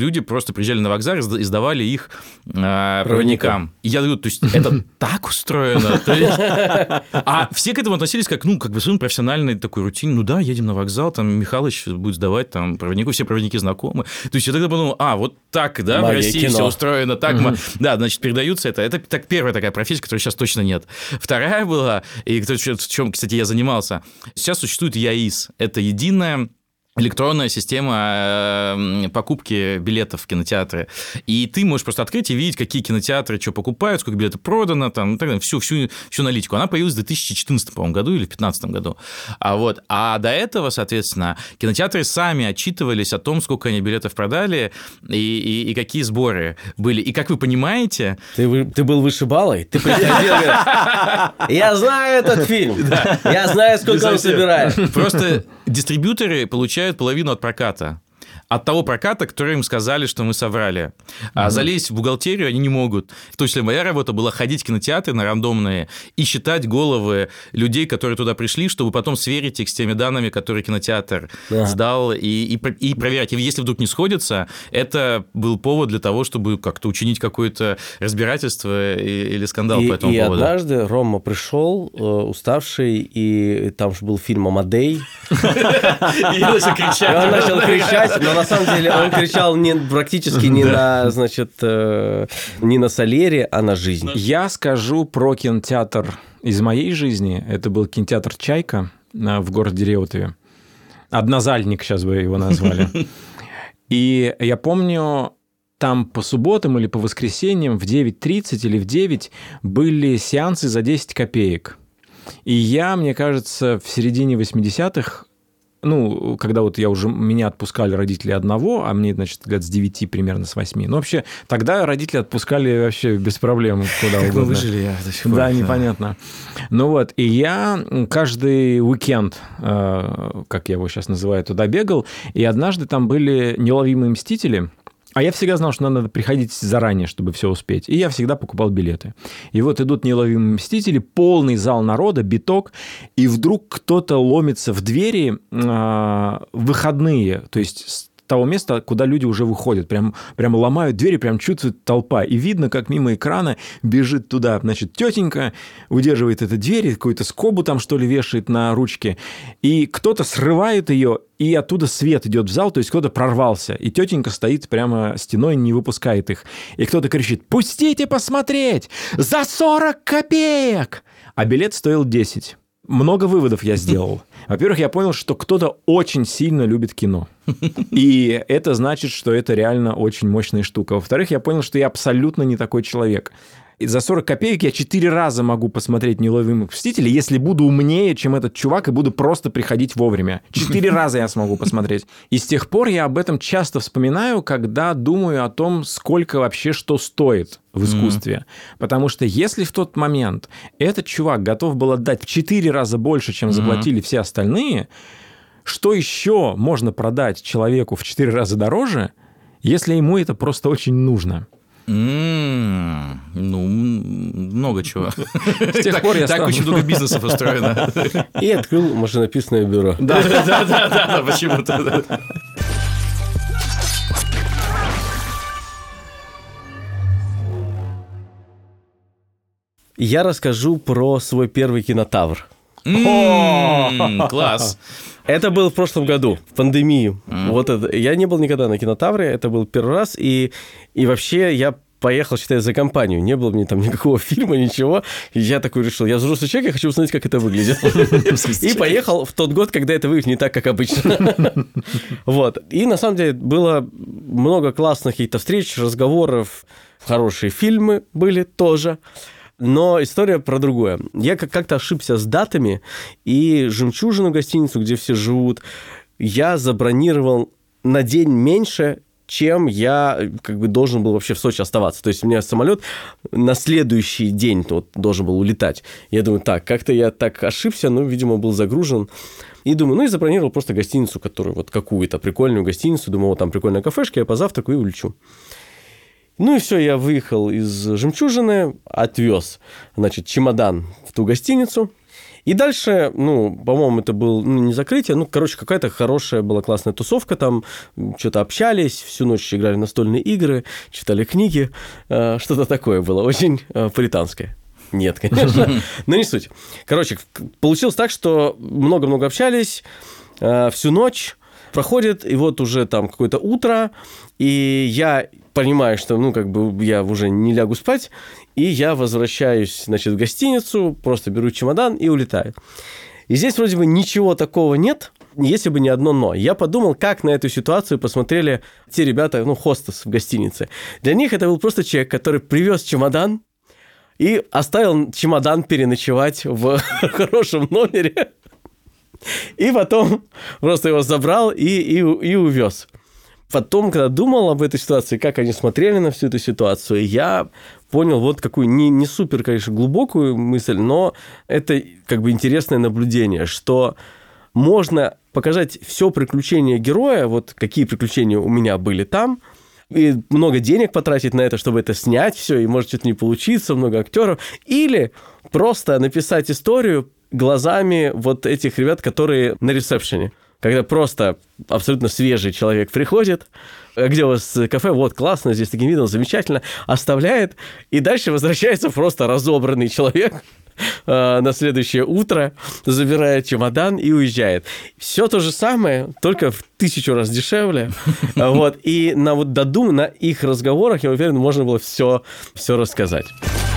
люди просто приезжали на вокзал и сдавали их проводникам. И я говорю, то есть это так устроено? А все к этому относились как бы своей профессиональной такой рутине. Ну да, едем на вокзал, там Михалыч будет сдавать там проводнику, все проводники знакомы. То есть я тогда подумал, вот так, да, в России все устроено так. Да, значит, передаются это. Это так первая такая профессия, которой сейчас точно нет. Вторая была, и в чем, кстати, я занимался. Сейчас существует ЯИС. Это единая электронная система покупки билетов в кинотеатры. И ты можешь просто открыть и видеть, какие кинотеатры что покупают, сколько билетов продано, там, всю аналитику. Она появилась в 2014, по-моему, году или в 2015 году. А до этого, соответственно, кинотеатры сами отчитывались о том, сколько они билетов продали и какие сборы были. И, как вы понимаете... Ты был вышибалой? Ты приходил и говоришь, я знаю этот фильм, я знаю, сколько он собирает. Просто дистрибьюторы получают половину от проката. От того проката, который им сказали, что мы соврали. А залезть в бухгалтерию они не могут. В том числе моя работа была ходить в кинотеатры на рандомные и считать головы людей, которые туда пришли, чтобы потом сверить их с теми данными, которые кинотеатр сдал, и проверять. И если вдруг не сходятся, это был повод для того, чтобы как-то учинить какое-то разбирательство или скандал по этому поводу. И однажды Рома пришел, уставший, и там же был фильм «Амадей». И он начал кричать, но на самом деле он кричал практически не на Солере, а на жизнь. Я скажу про кинотеатр из моей жизни. Это был кинотеатр «Чайка» в городе Реутове. Однозальник сейчас бы его назвали. И я помню, там по субботам или по воскресеньям в 9:30 или в 9 были сеансы за 10 копеек. И мне кажется, в середине 80-х, когда меня отпускали родители одного, а мне, значит, лет с 9 примерно, с 8. Вообще, тогда родители отпускали вообще без проблем куда угодно. Как мы выжили, я до сих пор. Да, непонятно. И я каждый уикенд, как я его сейчас называю, туда бегал, и однажды там были «Неуловимые мстители». А я всегда знал, что надо приходить заранее, чтобы все успеть. И я всегда покупал билеты. И идут «Неуловимые мстители», полный зал народа, биток, и вдруг кто-то ломится в двери выходные, то есть с того места, куда люди уже выходят. Прям ломают двери, прям чувствует толпа. И видно, как мимо экрана бежит туда, значит, тетенька, удерживает эту дверь, какую-то скобу там, что ли, вешает на ручке. И кто-то срывает ее, и оттуда свет идет в зал, то есть кто-то прорвался. И тетенька стоит прямо стеной, не выпускает их. И кто-то кричит: «Пустите посмотреть! За 40 копеек!» А билет стоил 10. Много выводов я сделал. Во-первых, я понял, что кто-то очень сильно любит кино. И это значит, что это реально очень мощная штука. Во-вторых, я понял, что я абсолютно не такой человек. И за 40 копеек я 4 раза могу посмотреть «Неуловимых мстителей», если буду умнее, чем этот чувак, и буду просто приходить вовремя. 4 раза я смогу посмотреть. И с тех пор я об этом часто вспоминаю, когда думаю о том, сколько вообще что стоит в искусстве. Потому что если в тот момент этот чувак готов был отдать в 4 раза больше, чем заплатили все остальные, что еще можно продать человеку в 4 раза дороже, если ему это просто очень нужно? Много чего. С тех пор я так очень много бизнесов устроено. И открыл машинописное бюро. Да, почему-то. Я расскажу про свой первый кинотавр. Класс. Это было в прошлом году, в пандемию. Я не был никогда на кинотавре, это был первый раз, и вообще я поехал, считай, за компанию. Не было мне там никакого фильма, ничего. И я такой решил, я взрослый человек, я хочу узнать, как это выглядит. И поехал в тот год, когда это выглядит не так, как обычно. И на самом деле было много классных каких-то встреч, разговоров, хорошие фильмы были тоже. Но история про другое. Я как-то ошибся с датами, и «Жемчужину», гостиницу, где все живут, я забронировал на день меньше, чем я должен был вообще в Сочи оставаться. То есть у меня самолет на следующий день должен был улетать. Я думаю, как-то я так ошибся, видимо, был загружен. И думаю, и забронировал просто гостиницу, которую какую-то прикольную гостиницу. Думал, там прикольная кафешка, я позавтракаю и улечу. И все, я выехал из «Жемчужины», отвез, чемодан в ту гостиницу. И дальше, по-моему, это было не закрытие, какая-то хорошая была классная тусовка, там что-то общались, всю ночь играли в настольные игры, читали книги, что-то такое было, очень пуританское. Нет, конечно, но не суть. Короче, получилось так, что много-много общались, всю ночь проходит, и вот уже там какое-то утро, и я понимаю, что, я уже не лягу спать, и я возвращаюсь, в гостиницу, просто беру чемодан и улетаю. И здесь вроде бы ничего такого нет, если бы не одно «но». Я подумал, как на эту ситуацию посмотрели те ребята, хостес в гостинице. Для них это был просто человек, который привез чемодан и оставил чемодан переночевать в хорошем номере, и потом просто его забрал и увез. Потом, когда думал об этой ситуации, как они смотрели на всю эту ситуацию, я понял вот какую не супер, конечно, глубокую мысль, но это интересное наблюдение, что можно показать все приключения героя, вот какие приключения у меня были там, и много денег потратить на это, чтобы это снять все, и может что-то не получиться, много актеров, или просто написать историю глазами вот этих ребят, которые на ресепшене. Когда просто абсолютно свежий человек приходит, где у вас кафе, вот, классно, здесь таким видом, замечательно, оставляет, и дальше возвращается просто разобранный человек на следующее утро, забирает чемодан и уезжает. Все то же самое, только в 1000 раз дешевле. Вот, и на их разговорах, я уверен, можно было все рассказать.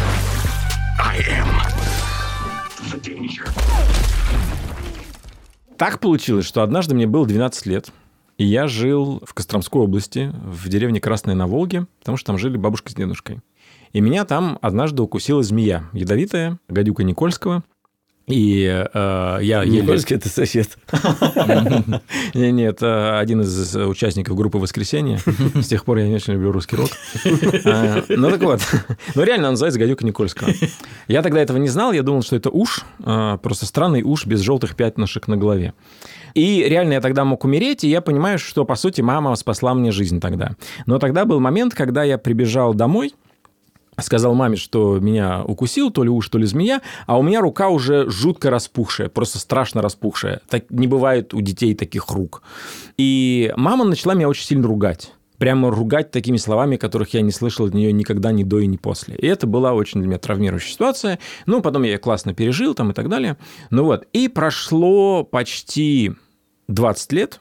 Так получилось, что однажды мне было 12 лет, и я жил в Костромской области, в деревне Красная на Волге, потому что там жили бабушка с дедушкой. И меня там однажды укусила змея ядовитая, гадюка Никольского. И я... Никольский – это сосед. Нет, один из участников группы «Воскресенье». С тех пор я не очень люблю русский рок. Так вот. Реально он называется гадюка Никольского. Я тогда этого не знал, я думал, что это уж, просто странный уж без желтых пятнышек на голове. И реально я тогда мог умереть, и я понимаю, что, по сути, мама спасла мне жизнь тогда. Но тогда был момент, когда я прибежал домой, сказал маме, что меня укусил то ли уж, то ли змея, а у меня рука уже жутко распухшая, просто страшно распухшая. Так не бывает у детей таких рук. И мама начала меня очень сильно ругать. Прямо ругать такими словами, которых я не слышал от нее никогда ни до и ни после. И это была очень для меня травмирующая ситуация. Потом я ее классно пережил там и так далее. И прошло почти 20 лет,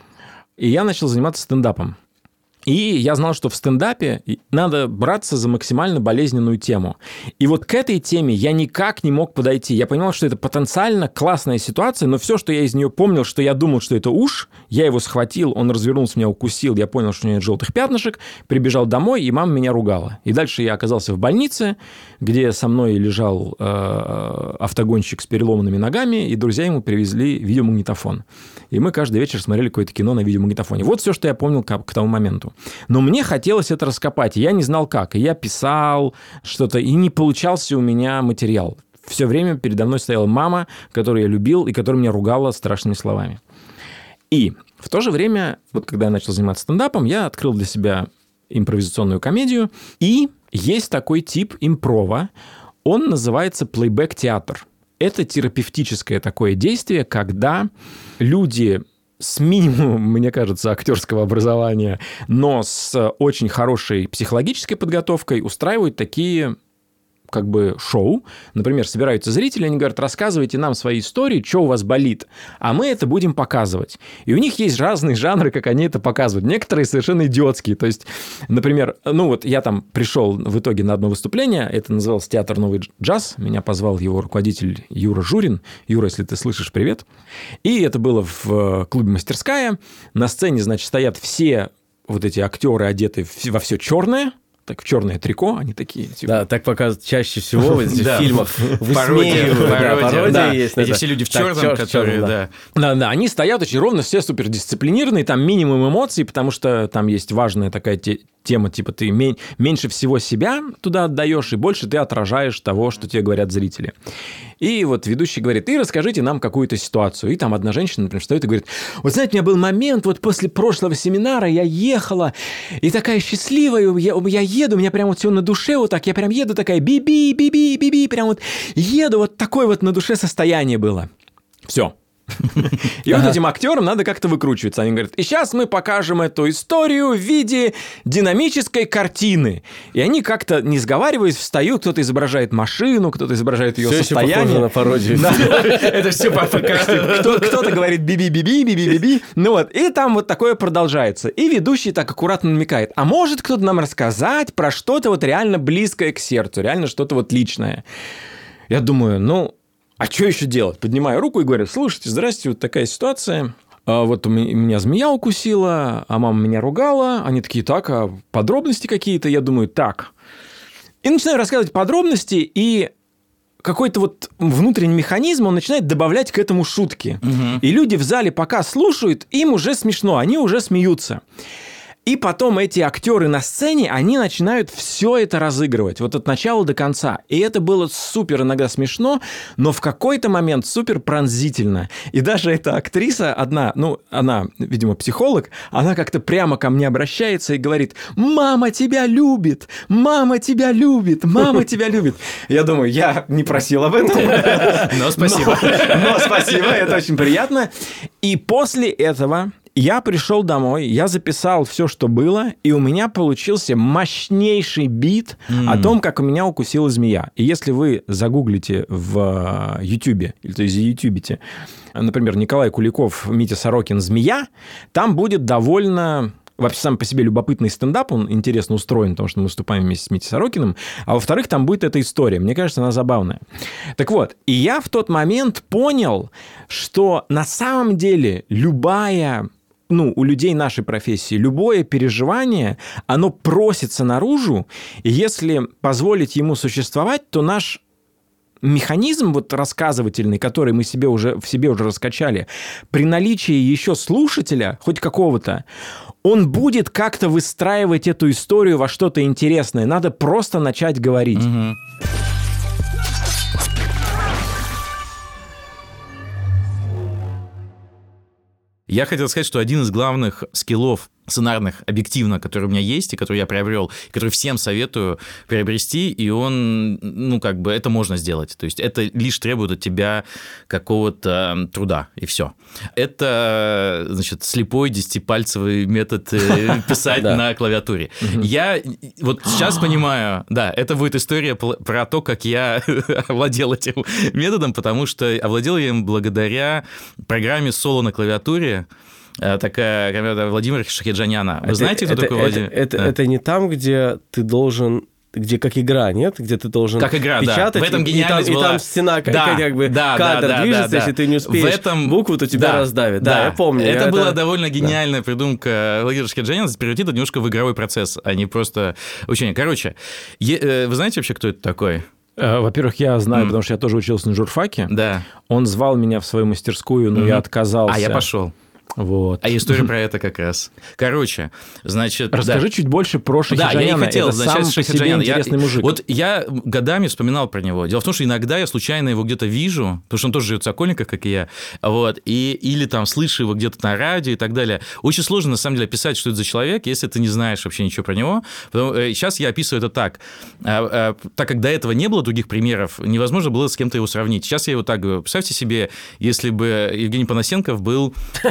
и я начал заниматься стендапом. И я знал, что в стендапе надо браться за максимально болезненную тему. И вот к этой теме я никак не мог подойти. Я понимал, что это потенциально классная ситуация, но все, что я из нее помнил, что я думал, что это уж, я его схватил, он развернулся, меня укусил, я понял, что у него нет желтых пятнышек, прибежал домой, и мама меня ругала. И дальше я оказался в больнице, где со мной лежал автогонщик с переломанными ногами, и друзья ему привезли видеомагнитофон. И мы каждый вечер смотрели какое-то кино на видеомагнитофоне. Вот все, что я помнил к тому моменту. Но мне хотелось это раскопать, и я не знал как. И я писал что-то, и не получался у меня материал. Все время передо мной стояла мама, которую я любил, и которая меня ругала страшными словами. И в то же время, вот когда я начал заниматься стендапом, я открыл для себя импровизационную комедию, и есть такой тип импрова, он называется плейбэк-театр. Это терапевтическое такое действие, когда люди с минимумом, мне кажется, актерского образования, но с очень хорошей психологической подготовкой устраивают такие шоу. Например, собираются зрители, они говорят, рассказывайте нам свои истории, что у вас болит, а мы это будем показывать. И у них есть разные жанры, как они это показывают. Некоторые совершенно идиотские. То есть, например, я там пришел в итоге на одно выступление, это называлось «Театр Новый джаз», меня позвал его руководитель Юра Журин. Юра, если ты слышишь, привет. И это было в клубе «Мастерская». На сцене, стоят все вот эти актеры, одеты во все черное, так в черное трико, они такие... Да, так показывают чаще всего в этих фильмах. Пародия есть. Эти все люди в черном, которые... Да, они стоят очень ровно, все супердисциплинированные, там минимум эмоций, потому что там есть важная такая тема, типа ты меньше всего себя туда отдаешь, и больше ты отражаешь того, что тебе говорят зрители. И вот ведущий говорит, и расскажите нам какую-то ситуацию. И там одна женщина, например, встает и говорит, вот знаете, у меня был момент, вот после прошлого семинара я ехала, и такая счастливая, я еду, у меня прям вот все на душе вот так, я прям еду такая, би-би, би-би, би-би, прям вот еду, вот такое вот на душе состояние было. Все. И вот этим актерам надо как-то выкручиваться. Они говорят, и сейчас мы покажем эту историю в виде динамической картины. И они как-то, не сговариваясь, встают, кто-то изображает машину, кто-то изображает ее состояние. Все похоже на пародию. Это все по кастингу. Кто-то говорит би-би-би-би, би-би-би-би. Ну вот, и там вот такое продолжается. И ведущий так аккуратно намекает, а может кто-то нам рассказать про что-то вот реально близкое к сердцу, реально что-то вот личное. Я думаю, а что еще делать? Поднимаю руку и говорю, слушайте, здрасте, вот такая ситуация. Вот меня змея укусила, а мама меня ругала. Они такие, так, а подробности какие-то? Я думаю, так. И начинаю рассказывать подробности, и какой-то вот внутренний механизм, он начинает добавлять к этому шутки. Угу. И люди в зале пока слушают, им уже смешно, они уже смеются. И потом эти актеры на сцене, они начинают все это разыгрывать, вот от начала до конца. И это было супер иногда смешно, но в какой-то момент супер пронзительно. И даже эта актриса одна, она, видимо, психолог, она как-то прямо ко мне обращается и говорит, мама тебя любит, мама тебя любит, мама тебя любит. Я думаю, я не просил об этом. Но спасибо. Но спасибо, это очень приятно. И после этого... Я пришел домой, я записал все, что было, и у меня получился мощнейший бит о том, как у меня укусила змея. И если вы загуглите в Ютубе, то есть ютубите, например, Николай Куликов, Митя Сорокин «Змея», там будет довольно... Вообще, сам по себе любопытный стендап, он интересно устроен, потому что мы выступаем вместе с Митей Сорокиным, а во-вторых, там будет эта история. Мне кажется, она забавная. Так вот, и я в тот момент понял, что на самом деле у людей нашей профессии любое переживание, оно просится наружу, и если позволить ему существовать, то наш механизм вот рассказывательный, который мы в себе уже раскачали, при наличии еще слушателя, хоть какого-то, он будет как-то выстраивать эту историю во что-то интересное. Надо просто начать говорить. Угу. Я хотел сказать, что один из главных скиллов сценарных, объективно, которые у меня есть, и которые я приобрел, который всем советую приобрести, и он, это можно сделать. То есть это лишь требует от тебя какого-то труда, и все. Это, слепой 10-пальцевый метод писать на клавиатуре. Я вот сейчас понимаю, это будет история про то, как я овладел этим методом, потому что овладел я им благодаря программе «Соло на клавиатуре», такая команда Владимира Шахеджаняна. Вы знаете, кто такой Владимир? Это не там, где ты должен... Где как игра, нет? Где ты должен как игра, печатать, в этом гениальность была. И там стена, кадр движется, если ты не успеешь букву, то тебя раздавит. Да, я помню. Это была довольно гениальная придумка Владимира Шахеджаняна, превратить это немножко в игровой процесс, а не просто учение. Короче, вы знаете вообще, кто это такой? Во-первых, я знаю, потому что я тоже учился на журфаке. Да. Он звал меня в свою мастерскую, но я отказался. А я пошел. Вот. А история про это как раз. Короче, расскажи чуть больше про Шахеджаняна. Да, я и хотел начать с Шахеджаняна. Интересный мужик. Вот я годами вспоминал про него. Дело в том, что иногда я случайно его где-то вижу, потому что он тоже живет в Сокольниках, как и я, или там слышу его где-то на радио и так далее. Очень сложно, на самом деле, описать, что это за человек, если ты не знаешь вообще ничего про него. Сейчас я описываю это так. Так как до этого не было других примеров, невозможно было с кем-то его сравнить. Сейчас я его так говорю. Представьте себе, если бы Евгений Панасенков был...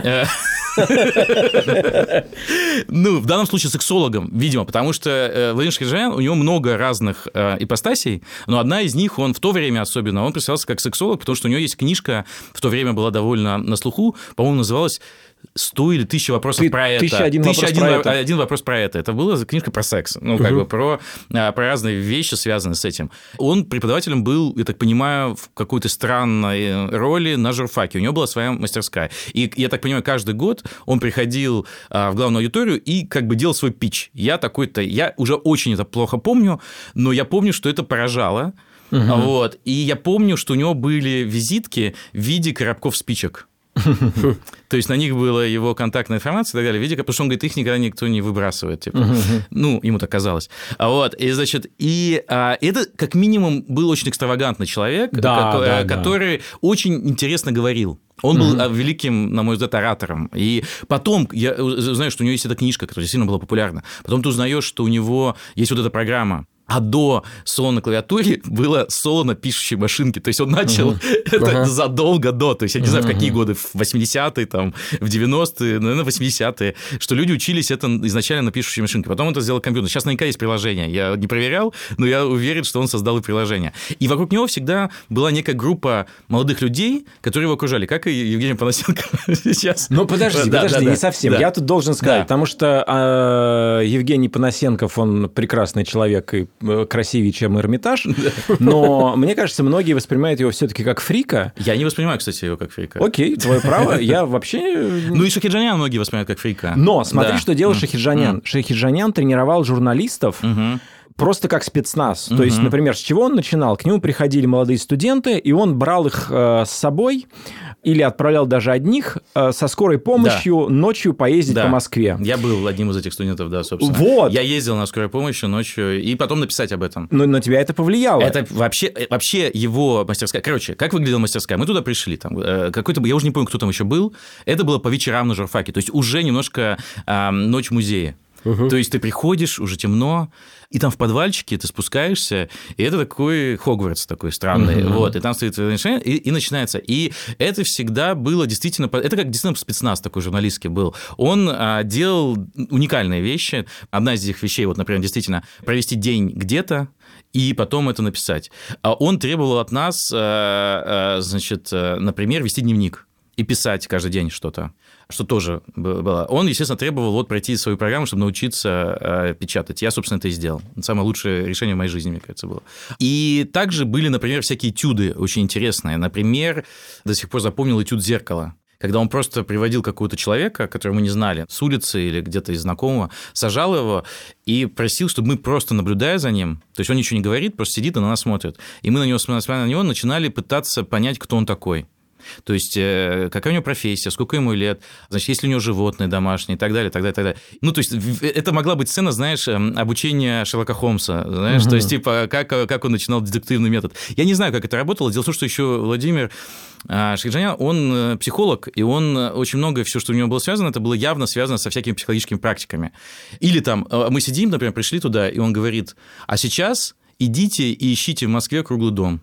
в данном случае сексологом, видимо, потому что Владимир Шахеджанян, у него много разных ипостасей, но одна из них, он в то время особенно, он представлялся как сексолог, потому что у него есть книжка, в то время была довольно на слуху, по-моему, называлась 100 или 1000 вопросов про это. 1001 вопрос про это. Это была книжка про секс, про разные вещи, связанные с этим. Он преподавателем был, я так понимаю, в какой-то странной роли на журфаке. У него была своя мастерская. И, я так понимаю, каждый год он приходил в главную аудиторию и делал свой питч. Я уже очень это плохо помню, но я помню, что это поражало. И я помню, что у него были визитки в виде коробков спичек. То есть на них была его контактная информация и так далее, видите, потому что он говорит, их никогда никто не выбрасывает. Типа. Ну, ему так казалось. Вот, и, значит, это как минимум был очень экстравагантный человек, который очень интересно говорил. Он был великим, на мой взгляд, оратором. И потом, я знаю, что у него есть эта книжка, которая сильно была популярна. Потом ты узнаешь, что у него есть вот эта программа. А до соло на клавиатуре было соло на пишущей машинке. То есть он начал это задолго до. То есть я не знаю, в какие годы, в 80-е, там, в 90-е, наверное, 80-е, что люди учились это изначально на пишущей машинке. Потом это сделал компьютер. Сейчас наверняка есть приложение. Я не проверял, но я уверен, что он создал и приложение. И вокруг него всегда была некая группа молодых людей, которые его окружали, как и Евгений Панасенко сейчас. Ну, подожди, не совсем. Я тут должен сказать, потому что Евгений Панасенков, он прекрасный человек и красивее, чем Эрмитаж, но мне кажется, многие воспринимают его все-таки как фрика. Я не воспринимаю, кстати, его как фрика. Окей, твое право, я вообще... Ну и Шахиджанян многие воспринимают как фрика. Но смотри, что делал Шахиджанян. Шахиджанян тренировал журналистов просто как спецназ. То есть, например, с чего он начинал? К нему приходили молодые студенты, и он брал их с собой или отправлял даже одних со скорой помощью ночью поездить по Москве. Я был одним из этих студентов, да, собственно. Вот. Я ездил на скорой помощи ночью, и потом написать об этом. Но на тебя это повлияло. Это вообще его мастерская. Короче, как выглядела мастерская? Мы туда пришли, там, какой-то, я уже не помню, кто там еще был. Это было по вечерам на журфаке, то есть уже немножко ночь музея. То есть ты приходишь, уже темно, и там в подвальчике ты спускаешься, и это такой Хогвартс такой странный, вот, и там стоит и начинается. И это всегда было действительно, это как действительно спецназ такой журналистский был. Он делал уникальные вещи. Одна из этих вещей, вот, например, действительно, провести день где-то, и потом это написать. Он требовал от нас, значит, например, вести дневник и писать каждый день что-то, что тоже было. Он, естественно, требовал вот пройти свою программу, чтобы научиться печатать. Я, собственно, это и сделал. Самое лучшее решение в моей жизни, мне кажется, было. И также были, например, всякие этюды очень интересные. Например, до сих пор запомнил этюд «Зеркало». Когда он просто приводил какого-то человека, которого мы не знали, с улицы или где-то из знакомого, сажал его и просил, чтобы мы просто, наблюдая за ним, то есть он ничего не говорит, просто сидит и на нас смотрит, и мы на него, смотря на него, начинали пытаться понять, кто он такой. То есть, какая у него профессия, сколько ему лет, значит, есть ли у него животные домашние и так далее, так далее, так далее. Ну, то есть, это могла быть сцена, знаешь, обучения Шерлока Холмса, знаешь, то есть, типа, как он начинал детективный метод. Я не знаю, как это работало. Дело в том, что еще Владимир Шахиджанян, он психолог, и он очень многое, все, что у него было связано, это было явно связано со всякими психологическими практиками. Или там мы сидим, например, пришли туда, и он говорит, а сейчас идите и ищите в Москве круглый дом.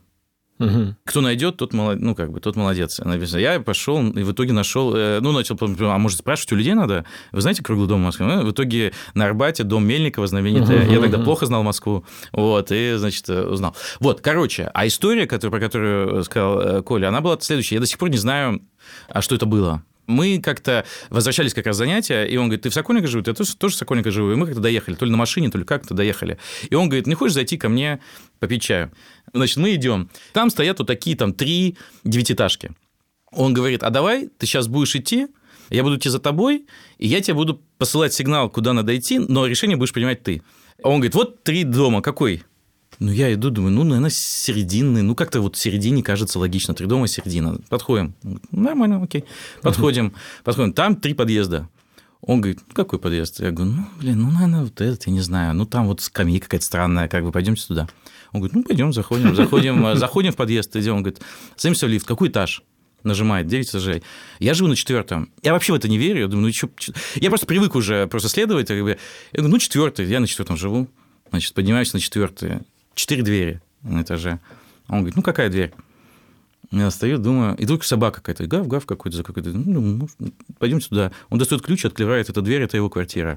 Кто найдет, тот молодец. Я пошел и в итоге нашел, начал, а может, спрашивать у людей надо? Вы знаете круглый дом в Москве? В итоге на Арбате дом Мельникова знаменитый. Я тогда плохо знал Москву, вот, и, значит, узнал. Вот, короче, а история, про которую сказал Коля, она была следующая. Я до сих пор не знаю, что это было. Мы как-то возвращались как раз с занятия, и он говорит, ты в Сокольниках живу? Я тоже в Сокольниках живу. И мы как-то доехали, то ли на машине, то ли как-то доехали. И он говорит, не хочешь зайти ко мне попить чаю? Значит, мы идем. Там стоят вот такие 3 девятиэтажки. Он говорит, а давай ты сейчас будешь идти, я буду идти за тобой, и я тебе буду посылать сигнал, куда надо идти, но решение будешь принимать ты. Он говорит, вот 3 дома, какой? Ну, я иду, думаю, наверное, серединный. Как-то вот в середине кажется логично. 3 дома, середина. Подходим. Нормально, окей. Подходим. Там 3 подъезда. Он говорит, какой подъезд? Я говорю, наверное, вот этот, я не знаю. Там вот скамейка какая-то странная, пойдемте туда. Он говорит, пойдем, заходим в подъезд, идем. Он говорит, садимся в лифт. Какой этаж? Нажимает, 9 этажей. Я живу на 4-м. Я вообще в это не верю. Я думаю, я просто привык уже просто следовать. Я говорю, 4-й, я на 4-м живу. Значит, поднимаюсь на 4-й. 4 двери на этаже. Он говорит, какая дверь? Я стою, думаю, и вдруг собака какая-то, гав-гав какой-то, пойдемте туда. Он достает ключ, открывает эту дверь, это его квартира.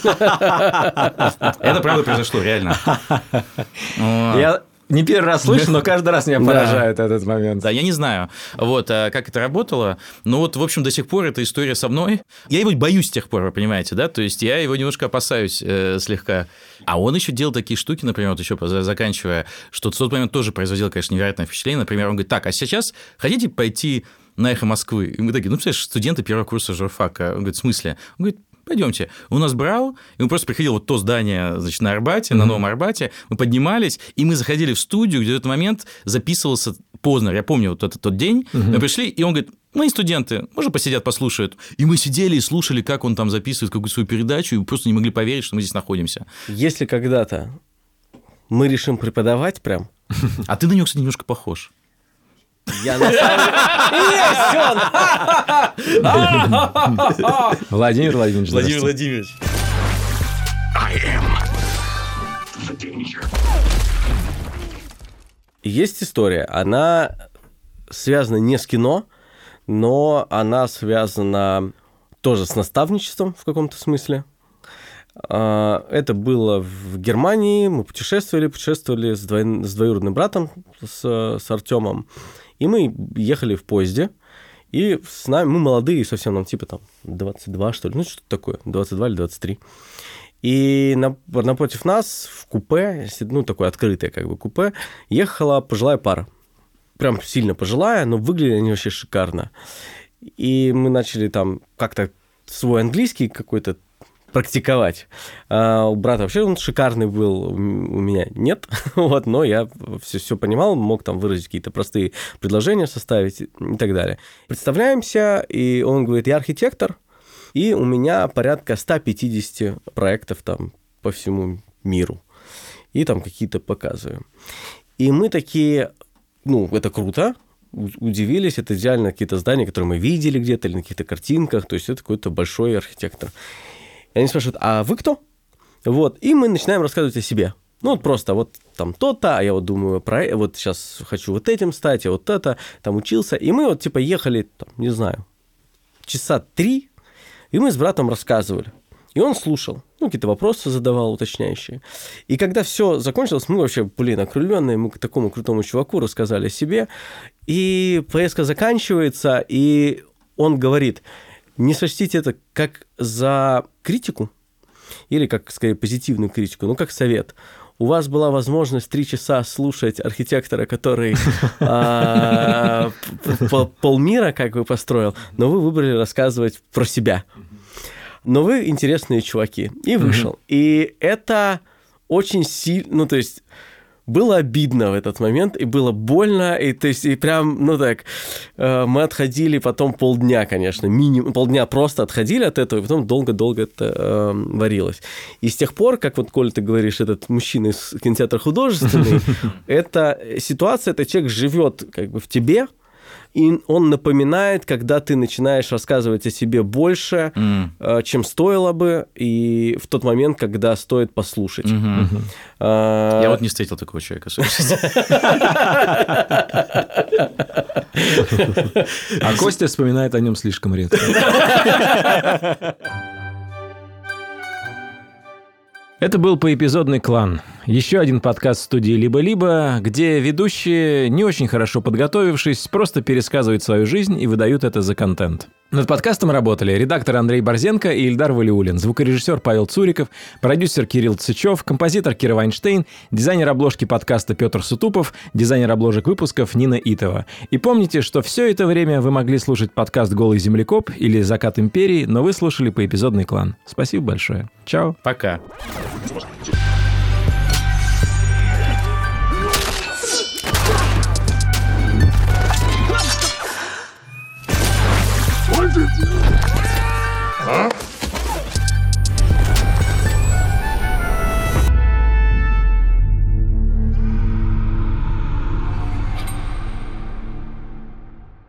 Это правда произошло, реально. Я не первый раз слышу, но каждый раз меня поражает этот момент. Да, я не знаю, как это работало, но в общем, до сих пор эта история со мной. Я его боюсь с тех пор, вы понимаете, да? То есть я его немножко опасаюсь слегка. А он еще делал такие штуки, например, еще заканчивая, что в тот момент тоже производил, конечно, невероятное впечатление. Например, он говорит, так, а сейчас хотите пойти на «Эхо Москвы»? И мы такие, представляешь, студенты первого курса журфака. Он говорит, в смысле? Он говорит, пойдемте. Он нас брал, и мы просто приходили то здание, значит, на Арбате, на Новом Арбате, мы поднимались, и мы заходили в студию, где в этот момент записывался Познер. Я помню вот этот тот день. Мы пришли, и он говорит, Ну, и студенты, может, посидят, послушают. И мы сидели и слушали, как он там записывает какую-то свою передачу, и просто не могли поверить, что мы здесь находимся. Если когда-то мы решим преподавать прям... А ты на него, кстати, немножко похож. Я на самом деле... Есть он! Владимир Владимирович, Владимир Владимирович. Есть история, она связана не с кино, но она связана тоже с наставничеством в каком-то смысле. Это было в Германии, мы путешествовали с двоюродным братом, с Артемом, и мы ехали в поезде, и с нами, мы молодые совсем, нам типа там 22, что ли, ну что-то такое, 22 или 23. И напротив нас в купе, ну такое открытое как бы купе, ехала пожилая пара. Прям сильно пожилая, но выглядели они вообще шикарно. И мы начали там как-то свой английский какой-то практиковать. У брата вообще он шикарный был, у меня нет, вот, но я все понимал, мог там выразить какие-то простые предложения составить и так далее. Представляемся, и он говорит, я архитектор, и у меня порядка 150 проектов там по всему миру. И там какие-то показываем. И мы такие... Ну, это круто, удивились, это идеально какие-то здания, которые мы видели где-то или на каких-то картинках, то есть это какой-то большой архитектор. И они спрашивают, а вы кто? Вот, и мы начинаем рассказывать о себе. Ну, вот просто вот там то-то, а я вот думаю, вот сейчас хочу вот этим стать, я вот это, там учился. И мы вот типа ехали, там, не знаю, часа 3, и мы с братом рассказывали. И он слушал, ну, какие-то вопросы задавал уточняющие. И когда все закончилось, мы вообще, окрыленные, мы к такому крутому чуваку рассказали о себе. И поездка заканчивается, и он говорит, не сочтите это как за критику, или как, скорее, позитивную критику, ну, как совет. У вас была возможность 3 часа слушать архитектора, который полмира как бы построил, но вы выбрали рассказывать про себя. Но вы интересные чуваки. И вышел. И это очень сильно... Ну, то есть, было обидно в этот момент, и было больно, и, то есть, и прям, ну, так, мы отходили потом полдня, конечно, минимум, полдня просто отходили от этого, и потом долго-долго это варилось. И с тех пор, как вот, Коль, ты говоришь, этот мужчина из кинотеатра художественный, эта ситуация, этот человек живет как бы в тебе, и он напоминает, когда ты начинаешь рассказывать о себе больше, чем стоило бы, и в тот момент, когда стоит послушать. Я вот не встретил такого человека. А Костя вспоминает о нем слишком редко. Это был поэпизодный клан. Еще один подкаст студии «Либо-либо», где ведущие, не очень хорошо подготовившись, просто пересказывают свою жизнь и выдают это за контент. Над подкастом работали редактор Андрей Борзенко и Ильдар Валиуллин, звукорежиссер Павел Цуриков, продюсер Кирилл Цычев, композитор Кира Вайнштейн, дизайнер обложки подкаста Петр Сутупов, дизайнер обложек выпусков Нина Итова. И помните, что все это время вы могли слушать подкаст «Голый землекоп» или «Закат империи», но вы слушали поэпизодный клан. Спасибо большое. Чао. Пока. Huh?